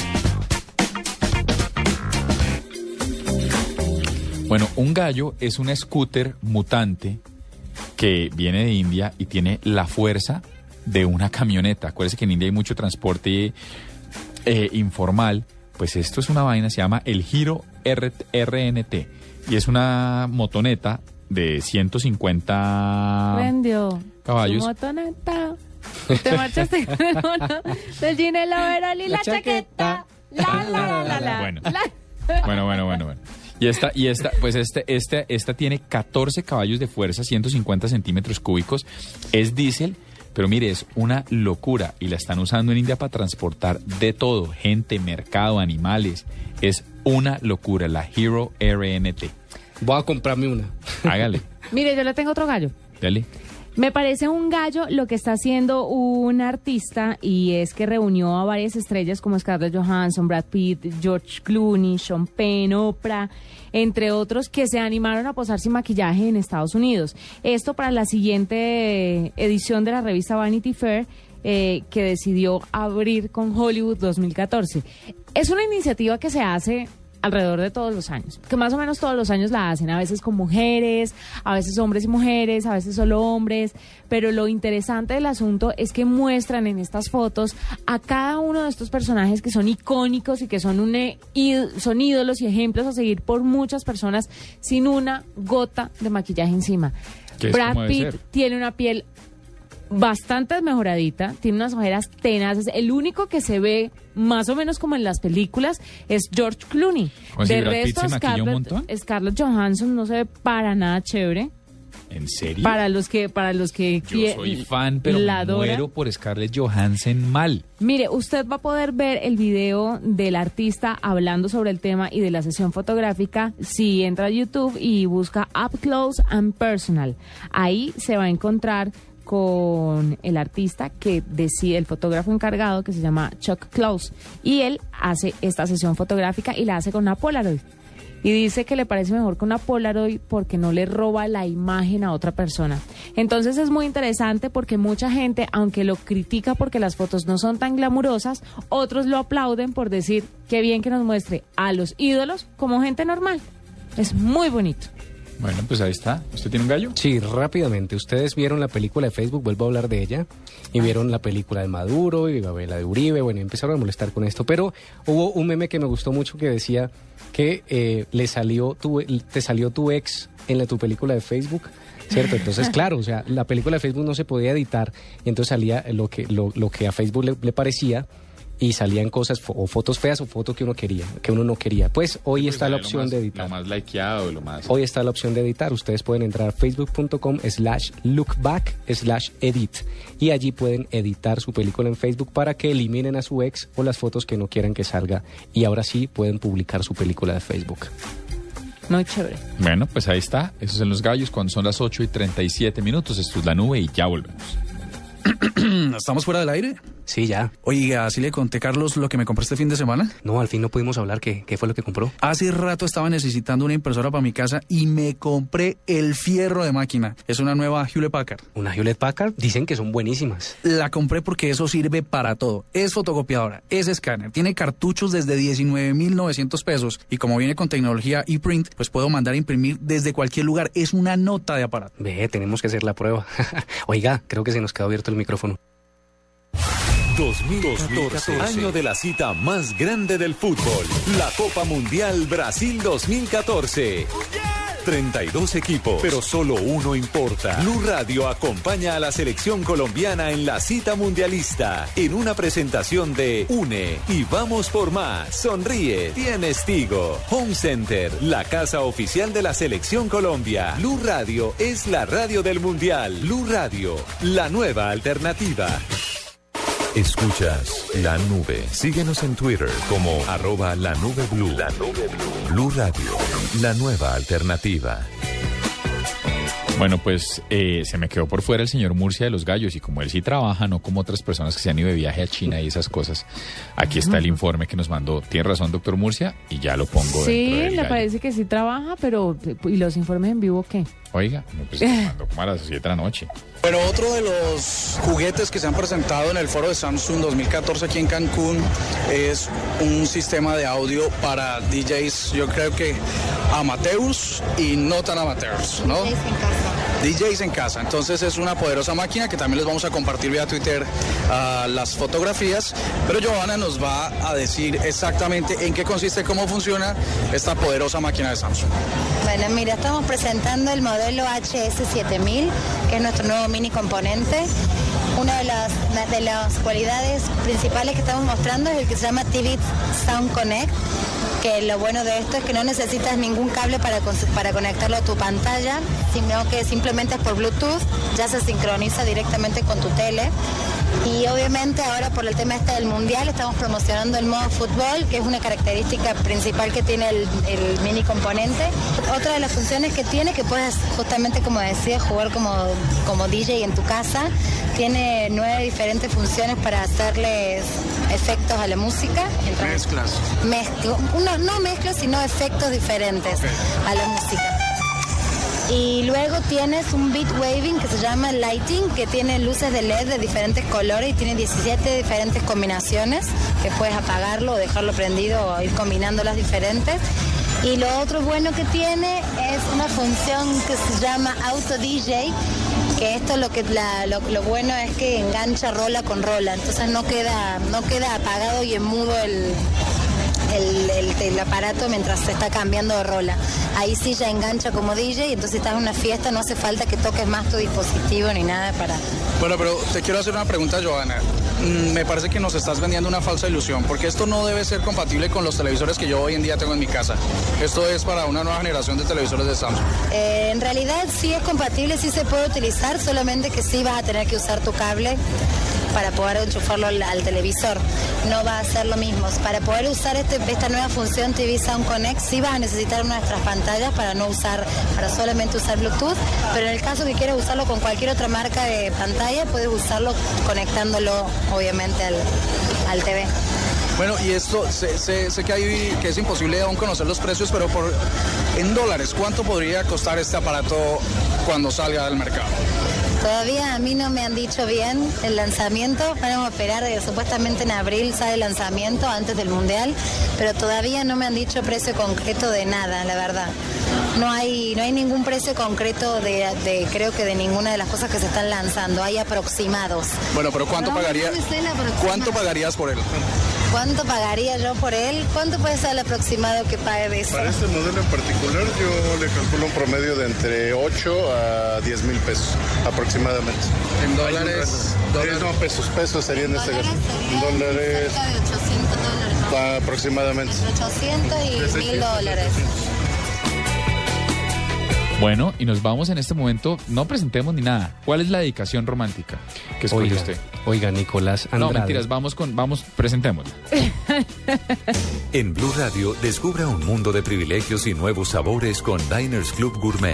Bueno, un gallo es un scooter mutante que viene de India y tiene la fuerza de una camioneta. Acuérdense que en India hay mucho transporte eh, informal. Pues esto es una vaina, se llama el Giro R N T y es una motoneta de ciento cincuenta Vendió caballos. su motoneta. Te marchaste con el mono del jean, el overol y la, la chaqueta. La, la, la, la, Bueno. la. Bueno, bueno, bueno, bueno. Y esta, y esta, pues este, este, esta tiene catorce caballos de fuerza, ciento cincuenta centímetros cúbicos. Es diésel, pero mire, es una locura. Y la están usando en India para transportar de todo. Gente, mercado, animales. Es una locura, la Hero R N T. Voy a comprarme una. Hágale, Mire, yo le tengo otro gallo. dale. Me parece un gallo lo que está haciendo un artista, y es que reunió a varias estrellas como Scarlett Johansson, Brad Pitt, George Clooney, Sean Penn, Oprah, entre otros, que se animaron a posar sin maquillaje en Estados Unidos. Esto para la siguiente edición de la revista Vanity Fair, eh, que decidió abrir con Hollywood dos mil catorce. Es una iniciativa que se hace alrededor de todos los años, que más o menos todos los años la hacen, a veces con mujeres, a veces hombres y mujeres, a veces solo hombres, pero lo interesante del asunto es que muestran en estas fotos a cada uno de estos personajes que son icónicos y que son, un, son ídolos y ejemplos a seguir por muchas personas sin una gota de maquillaje encima. Brad Pitt tiene una piel bastante mejoradita, tiene unas ojeras tenaces. El único que se ve más o menos como en las películas es George Clooney. De resto, Scarlett, Scarlett Johansson no se ve para nada chévere. ¿En serio? Para los que, para los que yo soy fan, pero me muero por Scarlett Johansson mal. Mire, usted va a poder ver el video del artista hablando sobre el tema y de la sesión fotográfica si entra a YouTube y busca Up Close and Personal. Ahí se va a encontrar con el artista que decide, el fotógrafo encargado, que se llama Chuck Close, y él hace esta sesión fotográfica y la hace con una Polaroid. Y dice que le parece mejor con una Polaroid porque no le roba la imagen a otra persona. Entonces es muy interesante porque mucha gente, aunque lo critica porque las fotos no son tan glamurosas, otros lo aplauden por decir qué bien que nos muestre a los ídolos como gente normal. Es muy bonito. Bueno, pues ahí está. ¿Usted tiene un gallo? Sí, rápidamente. Ustedes vieron la película de Facebook, vuelvo a hablar de ella, y vieron la película de Maduro y la de Uribe, bueno, empezaron a molestar con esto, pero hubo un meme que me gustó mucho que decía que eh, le salió tu, te salió tu ex en la, tu película de Facebook, ¿cierto? Entonces, claro, o sea, la película de Facebook no se podía editar, y entonces salía lo que, lo, lo que a Facebook le, le parecía, y salían cosas o fotos feas o fotos que uno quería, que uno no quería. Pues hoy pues está la opción más, de editar. Lo más likeado, lo más... Hoy está la opción de editar. Ustedes pueden entrar a facebook.com slash lookback slash edit y allí pueden editar su película en Facebook para que eliminen a su ex o las fotos que no quieran que salga. Y ahora sí pueden publicar su película de Facebook. Muy chévere. Bueno, pues ahí está. Esos son los gallos cuando son las ocho y treinta y siete minutos. Esto es La Nube y ya volvemos. ¿Estamos fuera del aire? Sí, ya. Oiga, ¿sí le conté, Carlos, lo que me compré este fin de semana? No, al fin no pudimos hablar. ¿Qué, qué fue lo que compró? Hace rato estaba necesitando una impresora para mi casa y me compré el fierro de máquina. Es una nueva Hewlett Packard. ¿Una Hewlett Packard? Dicen que son buenísimas. La compré porque eso sirve para todo. Es fotocopiadora, es escáner, tiene cartuchos desde diecinueve mil novecientos pesos y como viene con tecnología ePrint, pues puedo mandar a imprimir desde cualquier lugar. Es una nota de aparato. Ve, tenemos que hacer la prueba. Oiga, creo que se nos quedó abierto el micrófono. dos mil catorce, año de la cita más grande del fútbol, la Copa Mundial Brasil dos mil catorce. treinta y dos equipos, pero solo uno importa. Blue Radio acompaña a la selección colombiana en la cita mundialista, en una presentación de Une y vamos por más. Sonríe, tienes Tigo. Home Center, la casa oficial de la selección Colombia. Blue Radio es la radio del Mundial. Blue Radio, la nueva alternativa. Escuchas La Nube. Síguenos en Twitter como arroba la nube blue. La nube blue. Blue Radio, la nueva alternativa. Bueno, pues eh, se me quedó por fuera el señor Murcia de los Gallos y como él sí trabaja, no como otras personas que se han ido de viaje a China y esas cosas, aquí está el informe que nos mandó. Tiene razón, doctor Murcia, y ya lo pongo sí, dentro del le gallo. parece que sí trabaja, pero ¿y los informes en vivo qué? Oiga, no, pues me mandó como a las siete de la noche. Bueno, otro de los juguetes que se han presentado en el foro de Samsung dos mil catorce aquí en Cancún es un sistema de audio para D Js, yo creo que amateurs y no tan amateurs, ¿no? D Js en casa. D Js en casa. Entonces es una poderosa máquina que también les vamos a compartir vía Twitter uh, las fotografías, pero Johanna nos va a decir exactamente en qué consiste, cómo funciona esta poderosa máquina de Samsung. Bueno, mira, estamos presentando el modelo H S siete mil, que es nuestro nuevo mini componente. Una de las, de las cualidades principales que estamos mostrando es el que se llama T V Sound Connect, que lo bueno de esto es que no necesitas ningún cable para, para conectarlo a tu pantalla, sino que simplemente es por Bluetooth, ya se sincroniza directamente con tu tele. Y obviamente ahora por el tema este del mundial estamos promocionando el modo fútbol, que es una característica principal que tiene el, el mini componente. Otra de las funciones que tiene, que puedes justamente como decía, jugar como, como D J en tu casa, tiene nueve diferentes funciones para hacerles efectos a la música. Mezclas. Mezclo, no, no mezclas, sino efectos diferentes okay. a la música. Y luego tienes un beat waving que se llama lighting, que tiene luces de L E D de diferentes colores y tiene diecisiete diferentes combinaciones, que puedes apagarlo o dejarlo prendido o ir combinando las diferentes. Y lo otro bueno que tiene es una función que se llama Auto D J, que esto lo que la, lo, lo bueno es que engancha rola con rola, entonces no queda, no queda apagado y en mudo el... El, el, el aparato mientras se está cambiando de rola. Ahí sí ya engancha como D J y entonces estás en una fiesta, no hace falta que toques más tu dispositivo ni nada para... Bueno, pero te quiero hacer una pregunta, Johanna. Mm, me parece que nos estás vendiendo una falsa ilusión, porque esto no debe ser compatible con los televisores que yo hoy en día tengo en mi casa. Esto es para una nueva generación de televisores de Samsung. Eh, en realidad sí es compatible, sí se puede utilizar, solamente que sí vas a tener que usar tu cable para poder enchufarlo al, al televisor. No va a ser lo mismo. Para poder usar este, esta nueva función T V Sound Connect, sí vas a necesitar nuestras pantallas para no usar, para solamente usar Bluetooth, pero en el caso que quieras usarlo con cualquier otra marca de pantalla, puedes usarlo conectándolo, obviamente, al, al T V. Bueno, y esto, sé, sé, sé que, hay, que es imposible aún conocer los precios, pero por en dólares, ¿cuánto podría costar este aparato cuando salga del mercado? Todavía a mí no me han dicho bien el lanzamiento, vamos a esperar, eh, supuestamente en abril sale el lanzamiento antes del Mundial, pero todavía no me han dicho precio concreto de nada, la verdad. No hay, no hay ningún precio concreto de, de, creo que de ninguna de las cosas que se están lanzando, hay aproximados. Bueno, pero ¿cuánto, no, pagaría, no ¿cuánto pagarías por él? ¿Cuánto pagaría yo por él? ¿Cuánto puede ser el aproximado que pague de eso? Para este modelo en particular yo le calculo un promedio de entre ocho a diez mil pesos aproximadamente. ¿En dólares? ¿Dólares? No, pesos, pesos serían en este caso. Dólares. Cerca de ochocientos dólares. Aproximadamente. Entre ochocientos y mil dólares. Bueno, y nos vamos en este momento, no presentemos ni nada. ¿Cuál es la dedicación romántica que escoge oiga, usted? Oiga, Nicolás Andrade. No, mentiras, vamos con, vamos, presentémosla. En Blue Radio, descubra un mundo de privilegios y nuevos sabores con Diners Club Gourmet.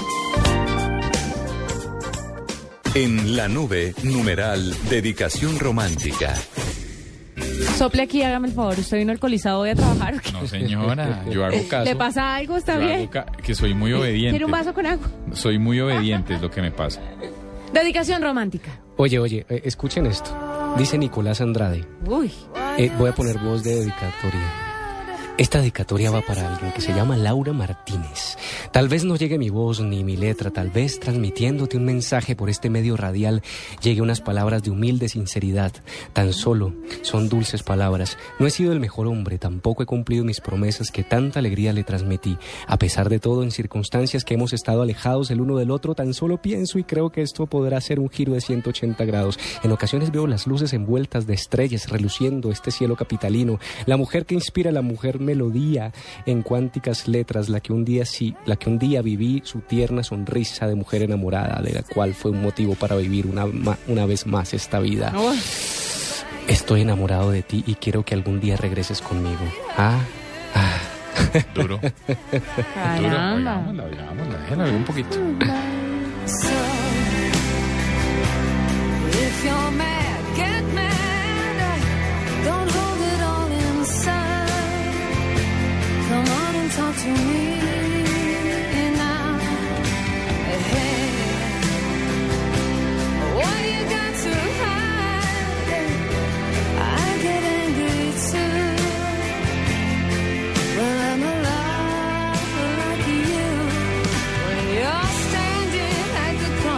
En la nube, numeral, dedicación romántica. Sople aquí, hágame el favor. ¿Usted vino alcoholizado hoy a trabajar o qué? No, señora, yo hago caso. ¿Le pasa algo? ¿Está yo bien? Hago ca- que soy muy obediente. ¿Quiere un vaso con agua? Soy muy obediente, es lo que me pasa. Dedicación romántica. Oye, oye, eh, escuchen esto. Dice Nicolás Andrade. Uy. Eh, voy a poner voz de dedicatoria. Esta dedicatoria va para alguien que se llama Laura Martínez. Tal vez no llegue mi voz ni mi letra, tal vez transmitiéndote un mensaje por este medio radial llegue unas palabras de humilde sinceridad. Tan solo son dulces palabras. No he sido el mejor hombre, tampoco he cumplido mis promesas que tanta alegría le transmití. A pesar de todo, en circunstancias que hemos estado alejados el uno del otro, tan solo pienso y creo que esto podrá ser un giro de ciento ochenta grados. En ocasiones veo las luces envueltas de estrellas reluciendo este cielo capitalino. La mujer que inspira, la mujer melodía en cuánticas letras, la que un día sí, la que un día viví, su tierna sonrisa de mujer enamorada, de la cual fue un motivo para vivir una, una vez más esta vida. Oh. Estoy enamorado de ti y quiero que algún día regreses conmigo. Ah, ah. Duro. Duro. Oigámosla, oigámosla, déjala ver un poquito. Talk to me now. Hey, what you got to hide? I get angry too, but I'm alive like you. When you're standing at the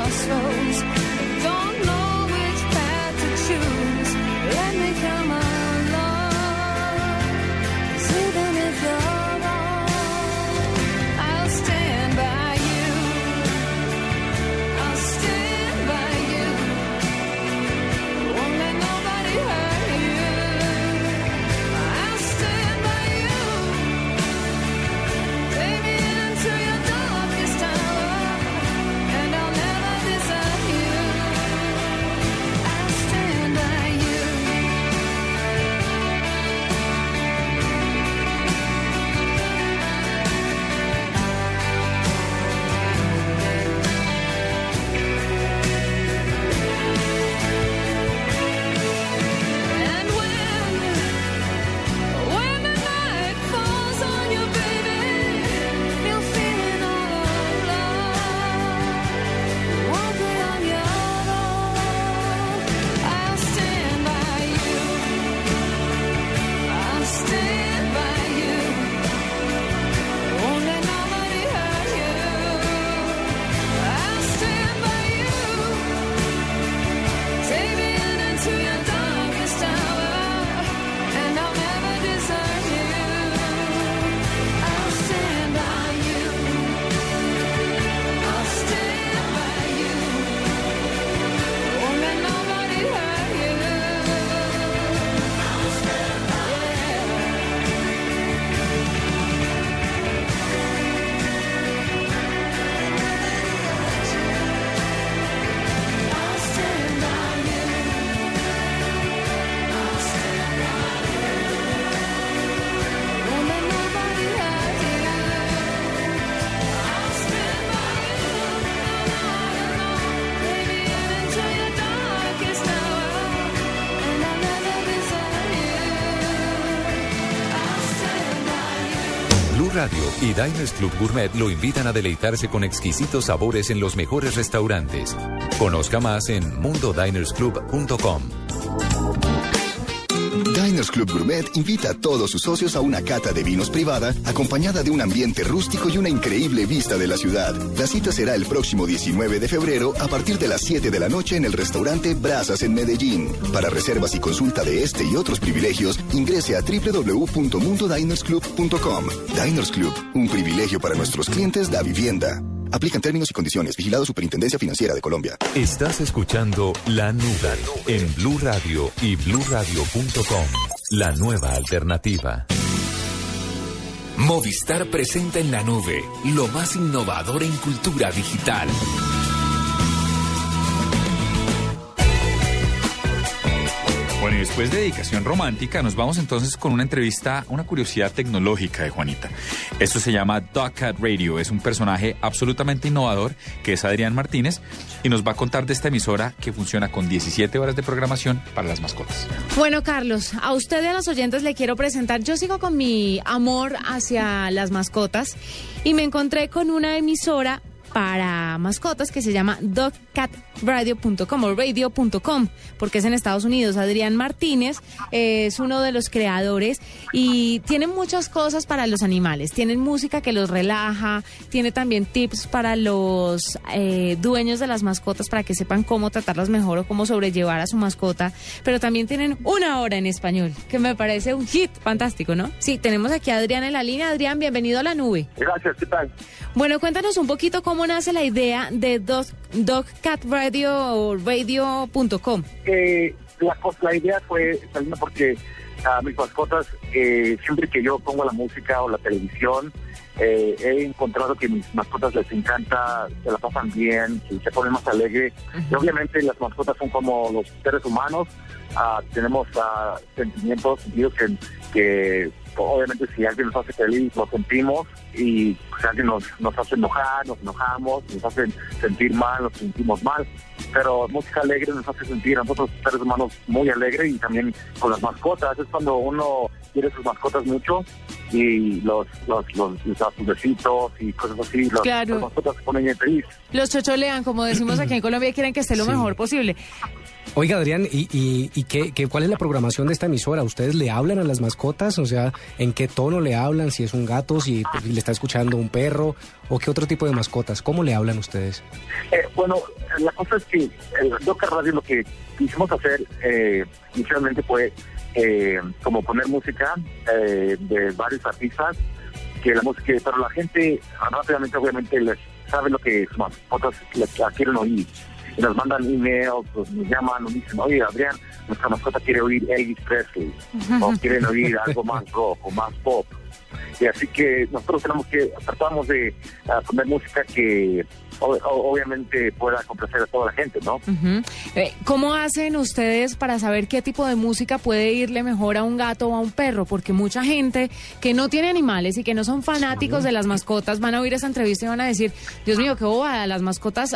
Radio y Diners Club Gourmet lo invitan a deleitarse con exquisitos sabores en los mejores restaurantes. Conozca más en mundo diners club punto com. Diners Club Gourmet invita a todos sus socios a una cata de vinos privada, acompañada de un ambiente rústico y una increíble vista de la ciudad. La cita será el próximo diecinueve de febrero a partir de las siete de la noche en el restaurante Brasas en Medellín. Para reservas y consulta de este y otros privilegios, ingrese a doble u doble u doble u punto mundo diners club punto com. Diners Club, un privilegio para nuestros clientes da vivienda. Aplican términos y condiciones. Vigilado Superintendencia Financiera de Colombia. Estás escuchando La Nube en Blue Radio y blue radio punto com. La nueva alternativa. Movistar presenta en la nube lo más innovador en cultura digital. Bueno, y después de dedicación romántica, nos vamos entonces con una entrevista, una curiosidad tecnológica de Juanita. Esto se llama Dogcat Radio, es un personaje absolutamente innovador que es Adrián Martínez y nos va a contar de esta emisora que funciona con diecisiete horas de programación para las mascotas. Bueno, Carlos, a usted y a los oyentes le quiero presentar, yo sigo con mi amor hacia las mascotas y me encontré con una emisora para mascotas que se llama dog cat radio punto com o radio punto com, porque es en Estados Unidos. Adrián Martínez eh, es uno de los creadores y tiene muchas cosas para los animales. Tienen música que los relaja, tiene también tips para los eh, dueños de las mascotas para que sepan cómo tratarlas mejor o cómo sobrellevar a su mascota, pero también tienen una hora en español, que me parece un hit fantástico, ¿no? Sí, tenemos aquí a Adrián en la línea. Adrián, bienvenido a La Nube. Gracias, ¿qué tal? Bueno, cuéntanos un poquito cómo nace la idea de Dog, Dog Cat Radio o radio punto com. Eh, la, la idea fue saliendo porque a mis mascotas, eh, siempre que yo pongo la música o la televisión, eh, he encontrado que mis mascotas les encanta, se la pasan bien, se ponen más alegre. Uh-huh. Y obviamente las mascotas son como los seres humanos, uh, tenemos uh, sentimientos, sentidos que, que obviamente si alguien nos hace feliz, lo sentimos, y si alguien nos, nos hace enojar, nos enojamos, nos hace sentir mal, nos sentimos mal. Pero música alegre nos hace sentir a nosotros seres humanos muy alegre, y también con las mascotas. Es cuando uno quiere sus mascotas mucho y los los los, los sus besitos y cosas así, los, claro. Las mascotas se ponen bien feliz. Los chocholean, como decimos aquí en Colombia, y quieren que esté lo sí. mejor posible. Oiga, Adrián, ¿y, y, y qué, qué, cuál es la programación de esta emisora? ¿Ustedes le hablan a las mascotas? O sea, ¿en qué tono le hablan? Si es un gato, si pues, le está escuchando un perro, o qué otro tipo de mascotas. ¿Cómo le hablan ustedes? Eh, bueno, la cosa es que el Dogcat Radio lo que quisimos hacer eh, inicialmente fue eh, como poner música eh, de varios artistas, que la música, pero la gente rápidamente obviamente les sabe lo que sus mascotas les quieren oír. Y nos mandan emails, pues, nos llaman, nos dicen, oye, Adrián, nuestra mascota quiere oír Elvis Presley, o quieren oír algo más rock o más pop. Y así que nosotros tenemos que, tratamos de uh, poner música que o, o, obviamente pueda complacer a toda la gente, ¿no? Uh-huh. eh, ¿Cómo hacen ustedes para saber qué tipo de música puede irle mejor a un gato o a un perro? Porque mucha gente que no tiene animales y que no son fanáticos sí. de las mascotas van a oír esa entrevista y van a decir, Dios mío, qué bobada, las mascotas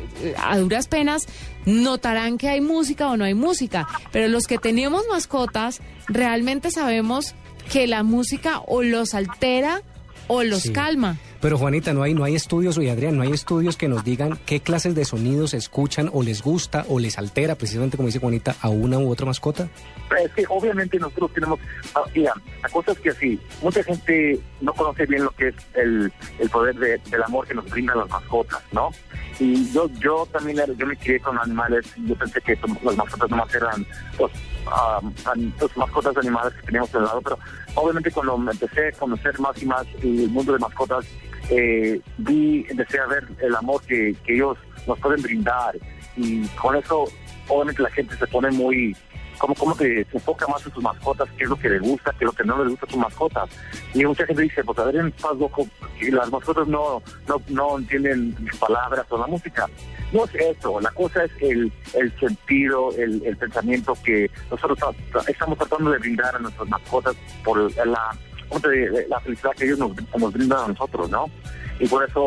a duras penas notarán que hay música o no hay música, pero los que tenemos mascotas realmente sabemos que la música o los altera o los sí. calma. Pero Juanita, no hay no hay estudios, y Adrián, no hay estudios que nos digan qué clases de sonidos escuchan o les gusta o les altera, precisamente como dice Juanita, a una u otra mascota. Es que obviamente nosotros tenemos, uh, mira, la cosa es que así, mucha gente no conoce bien lo que es el, el poder de, del amor que nos brindan las mascotas, ¿no? Y yo yo también yo me crié con animales, yo pensé que las mascotas nomás eran los, um, los mascotas de animales que teníamos al lado, pero obviamente cuando me empecé a conocer más y más el mundo de mascotas, eh, vi, empecé a ver el amor que, que ellos nos pueden brindar, y con eso obviamente la gente se pone muy, como, como que se enfoca más en sus mascotas, qué es lo que le gusta, qué es lo que no le gusta a sus mascotas. Y mucha gente dice, pues a ver, en Paz Loco, y las mascotas no, no, no entienden palabras o la música. No es eso, la cosa es el, el sentido, el, el pensamiento que nosotros estamos tratando de brindar a nuestras mascotas por la, la felicidad que ellos nos, nos brindan a nosotros, ¿no? Y por eso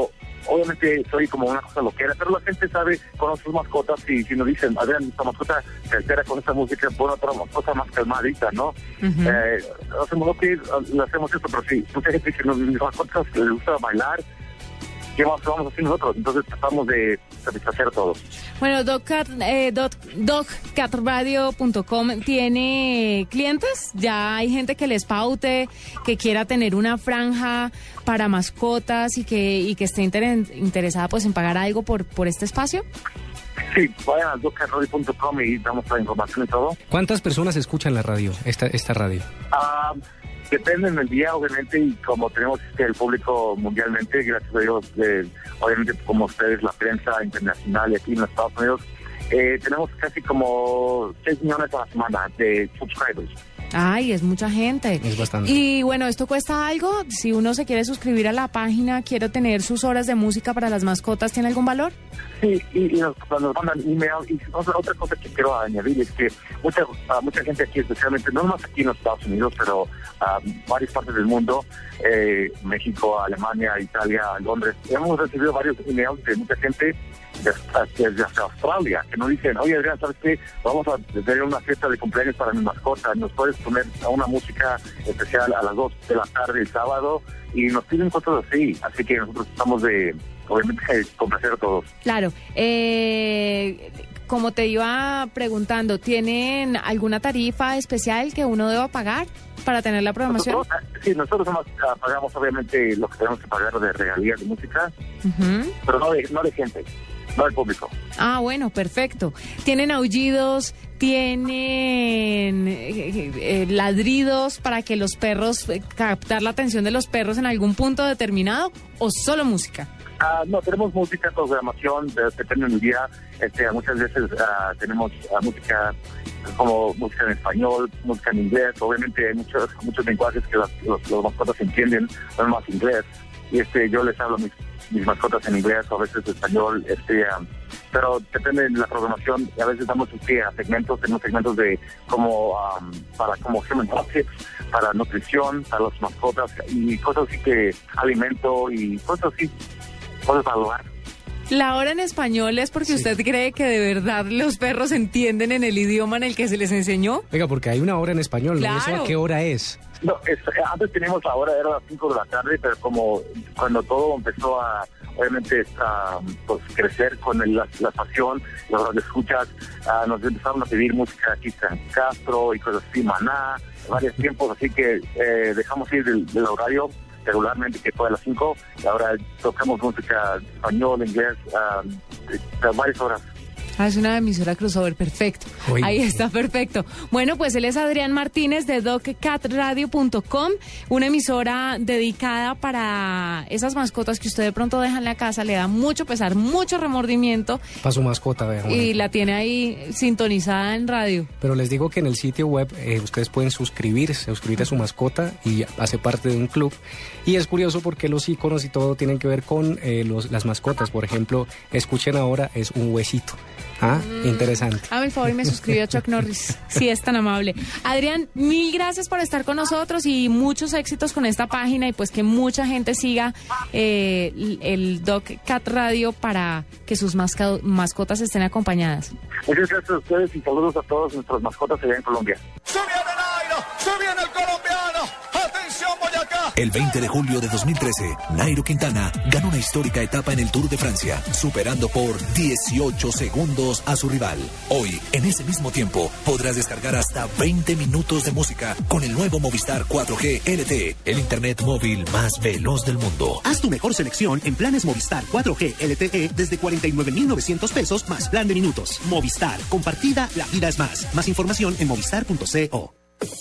obviamente soy como una cosa loquera, pero la gente sabe, conoce sus mascotas y si nos dicen, Adrián, esta mascota se altera con esta música, pon otra cosa más calmadita, ¿no? Uh-huh. eh, hacemos lo que le hacemos esto, pero sí, mucha gente dice, no, mis mascotas les gusta bailar, ¿qué más vamos a hacer nosotros? Entonces tratamos de satisfacer a todos. Bueno, Dogcat, eh, dogcat radio punto com tiene clientes, ya hay gente que les paute, que quiera tener una franja para mascotas y que y que esté inter- interesada pues en pagar algo por por este espacio. Sí, vayan a dogcat radio punto com y damos la información y todo. ¿Cuántas personas escuchan la radio, esta esta radio? Ah... Uh, Depende del día, obviamente, y como tenemos el público mundialmente, gracias a Dios, eh, obviamente como ustedes, la prensa internacional y aquí en los Estados Unidos, eh, tenemos casi como seis millones a la semana de subscribers. Ay, es mucha gente. Es bastante. Y bueno, ¿esto cuesta algo? Si uno se quiere suscribir a la página, quiere tener sus horas de música para las mascotas, ¿tiene algún valor? Sí, y, y nos, nos mandan email. Y otra, otra cosa que quiero añadir es que mucha uh, mucha gente aquí, especialmente, no más aquí en los Estados Unidos, pero uh, varias partes del mundo, eh, México, Alemania, Italia, Londres, hemos recibido varios emails de mucha gente desde, desde hasta Australia, que nos dicen, oye Adrián, ¿sabes qué? Vamos a tener una fiesta de cumpleaños para mi mascota, ¿nos puedes poner una música especial a las dos de la tarde el sábado? Y nos piden cosas así, así que nosotros estamos de, obviamente, complacer a todos. Claro, eh, como te iba preguntando, ¿tienen alguna tarifa especial que uno deba pagar para tener la programación? Nosotros, sí, nosotros nomás, uh, pagamos obviamente lo que tenemos que pagar de regalías de música, uh-huh. pero no de, no de gente, no del público. Ah, bueno, perfecto. ¿Tienen aullidos? ¿Tienen eh, eh, ladridos para que los perros, eh, captar la atención de los perros en algún punto determinado o solo música? Uh, no, tenemos música, programación, depende del día. Este, muchas veces uh, tenemos uh, música como música en español, música en inglés. Obviamente hay muchos muchos lenguajes que los, los, los mascotas entienden, no más inglés. Y este, yo les hablo a mis, mis mascotas en inglés o a veces en español. Este, um, pero depende de la programación y a veces damos este, a segmentos, tenemos segmentos de como um, para como human health tips, para nutrición, para las mascotas y cosas así que alimento y cosas así, cosas para el hogar. La hora en español es porque sí. Usted cree que de verdad los perros entienden en el idioma en el que se les enseñó. Venga, porque hay una hora en español, claro. ¿no? ¿Eso a qué hora es? No, es, antes teníamos la hora, era las cinco de la tarde, pero como cuando todo empezó a, obviamente, a pues, crecer con el, la, la pasión, las escuchas, uh, nos empezaron a pedir música aquí San Castro y cosas así, Maná, varios tiempos, así que eh, dejamos ir del, del horario regularmente que fue a las cinco y ahora tocamos música español, inglés, uh, de, de varias horas. Ah, es una emisora crossover, perfecto. Uy. Ahí está, perfecto. Bueno, pues él es Adrián Martínez de dogcat radio punto com, una emisora dedicada para esas mascotas que usted de pronto deja en la casa, le da mucho pesar, mucho remordimiento. Para su mascota, vea. Y la tiene ahí sintonizada en radio. Pero les digo que en el sitio web eh, ustedes pueden suscribirse, suscribir a su mascota y hace parte de un club. Y es curioso porque los iconos y todo tienen que ver con eh, los, las mascotas. Por ejemplo, escuchen ahora, es un huesito. Ah, mm. interesante. Hágame el favor y me suscribió a Chuck Norris, si es tan amable. Adrián, mil gracias por estar con nosotros y muchos éxitos con esta página y pues que mucha gente siga eh, el Dogcat Radio para que sus masca- mascotas estén acompañadas. Muchas gracias a ustedes y saludos a todos nuestros mascotas allá en Colombia. ¡Se viene Nairo! ¡Se viene el colombiano! ¡Atención, Boyacá! El veinte de julio de dos mil trece, Nairo Quintana ganó una histórica etapa en el Tour de Francia, superando por dieciocho segundos a su rival. Hoy, en ese mismo tiempo, podrás descargar hasta veinte minutos de música con el nuevo Movistar cuatro G L T E, el internet móvil más veloz del mundo. Haz tu mejor selección en planes Movistar cuatro G L T E desde cuarenta y nueve mil novecientos pesos más plan de minutos. Movistar, compartida, la vida es más. Más información en movistar punto co.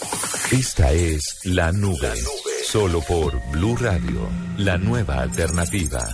Esta es La Nube, la Nube, solo por Blue Radio, la nueva alternativa.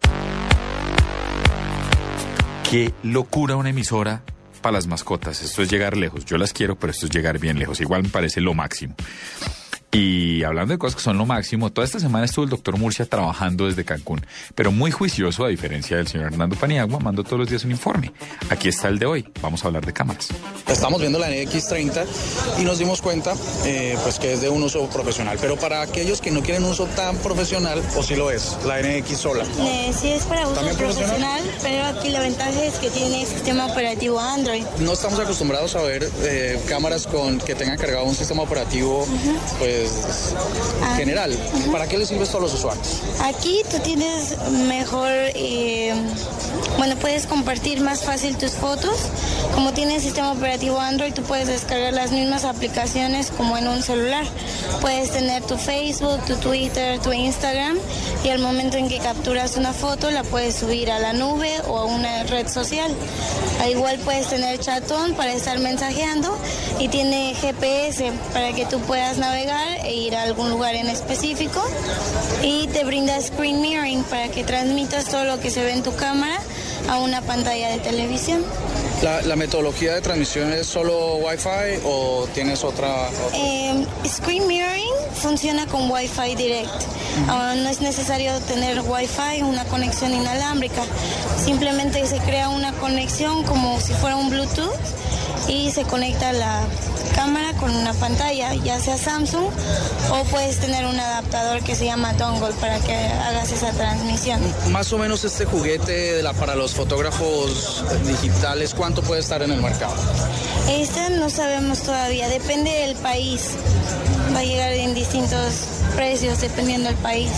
Qué locura una emisora para las mascotas. Esto es llegar lejos. Yo las quiero, pero esto es llegar bien lejos. Igual me parece lo máximo. Y hablando de cosas que son lo máximo, toda esta semana estuvo el doctor Murcia trabajando desde Cancún, pero muy juicioso, a diferencia del señor Hernando Paniagua, mandó todos los días un informe. Aquí está el de hoy, vamos a hablar de cámaras. Estamos viendo la N X treinta y nos dimos cuenta eh, pues que es de un uso profesional, pero para aquellos que no quieren un uso tan profesional, o si lo es, la N X sola. Eh, sí es para uso profesional, pero aquí la ventaja es que tiene sistema operativo Android. No estamos acostumbrados a ver eh, cámaras con que tengan cargado un sistema operativo, uh-huh. pues ah, general. Uh-huh. ¿Para qué les sirve esto a los usuarios? Aquí tú tienes mejor, eh, bueno, puedes compartir más fácil tus fotos. Como tienes sistema operativo Android, tú puedes descargar las mismas aplicaciones como en un celular. Puedes tener tu Facebook, tu Twitter, tu Instagram, y al momento en que capturas una foto la puedes subir a la nube o a una red social. Al igual puedes tener chatón para estar mensajeando, y tiene G P S para que tú puedas navegar e ir a algún lugar en específico, y te brinda screen mirroring para que transmitas todo lo que se ve en tu cámara a una pantalla de televisión. ¿La, la metodología de transmisión es solo Wi-Fi o tienes otra? otra? Eh, screen mirroring funciona con Wi-Fi direct. Uh-huh. Uh, no es necesario tener Wi-Fi, una conexión inalámbrica. Simplemente se crea una conexión como si fuera un Bluetooth y se conecta la cámara con una pantalla, ya sea Samsung, o puedes tener un adaptador que se llama dongle para que hagas esa transmisión. Más o menos este juguete de la, para los fotógrafos digitales, ¿cuánto puede estar en el mercado? Este no sabemos todavía, depende del país. Va a llegar en distintos precios dependiendo del país.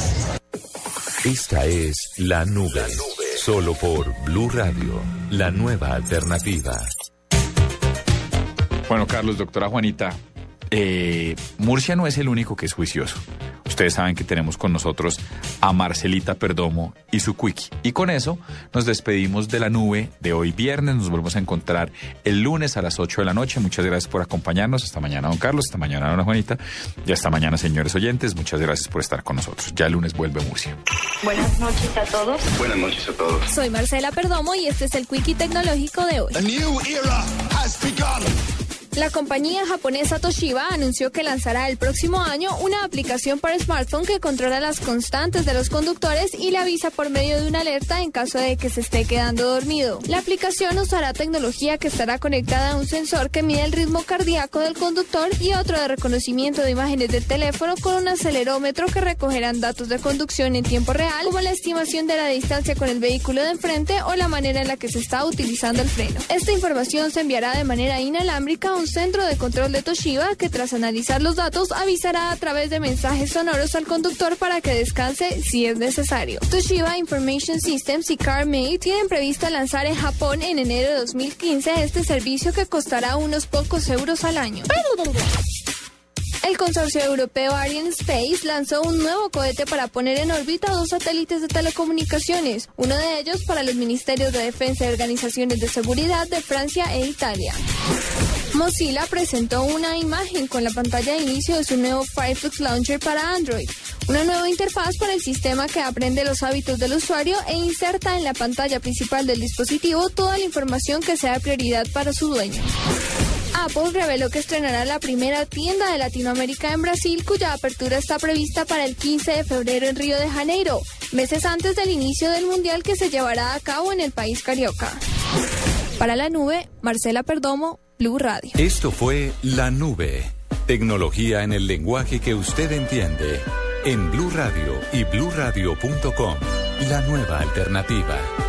Esta es La Nube, solo por Blue Radio, la nueva alternativa. Bueno, Carlos, doctora Juanita, eh, Murcia no es el único que es juicioso. Ustedes saben que tenemos con nosotros a Marcelita Perdomo y su Quickie. Y con eso nos despedimos de La Nube de hoy viernes. Nos volvemos a encontrar el lunes a las ocho de la noche. Muchas gracias por acompañarnos. Hasta mañana, don Carlos. Hasta mañana, dona Juanita. Y hasta mañana, señores oyentes. Muchas gracias por estar con nosotros. Ya el lunes vuelve Murcia. Buenas noches a todos. Buenas noches a todos. Soy Marcela Perdomo y este es el Quickie Tecnológico de hoy. A new era has begun. La compañía japonesa Toshiba anunció que lanzará el próximo año una aplicación para smartphone que controla las constantes de los conductores y le avisa por medio de una alerta en caso de que se esté quedando dormido. La aplicación usará tecnología que estará conectada a un sensor que mide el ritmo cardíaco del conductor y otro de reconocimiento de imágenes del teléfono con un acelerómetro que recogerán datos de conducción en tiempo real, como la estimación de la distancia con el vehículo de enfrente o la manera en la que se está utilizando el freno. Esta información se enviará de manera inalámbrica a un centro de control de Toshiba que, tras analizar los datos, avisará a través de mensajes sonoros al conductor para que descanse si es necesario. Toshiba Information Systems y CarMate tienen prevista lanzar en Japón en enero de dos mil quince este servicio que costará unos pocos euros al año. El consorcio europeo Arianespace lanzó un nuevo cohete para poner en órbita dos satélites de telecomunicaciones, uno de ellos para los ministerios de defensa y organizaciones de seguridad de Francia e Italia. Mozilla presentó una imagen con la pantalla de inicio de su nuevo Firefox Launcher para Android, una nueva interfaz para el sistema que aprende los hábitos del usuario e inserta en la pantalla principal del dispositivo toda la información que sea prioridad para su dueño. Apple reveló que estrenará la primera tienda de Latinoamérica en Brasil, cuya apertura está prevista para el quince de febrero en Río de Janeiro, meses antes del inicio del Mundial que se llevará a cabo en el país carioca. Para La Nube, Marcela Perdomo, Blue Radio. Esto fue La Nube, tecnología en el lenguaje que usted entiende, en Blue Radio y blue radio punto com, la nueva alternativa.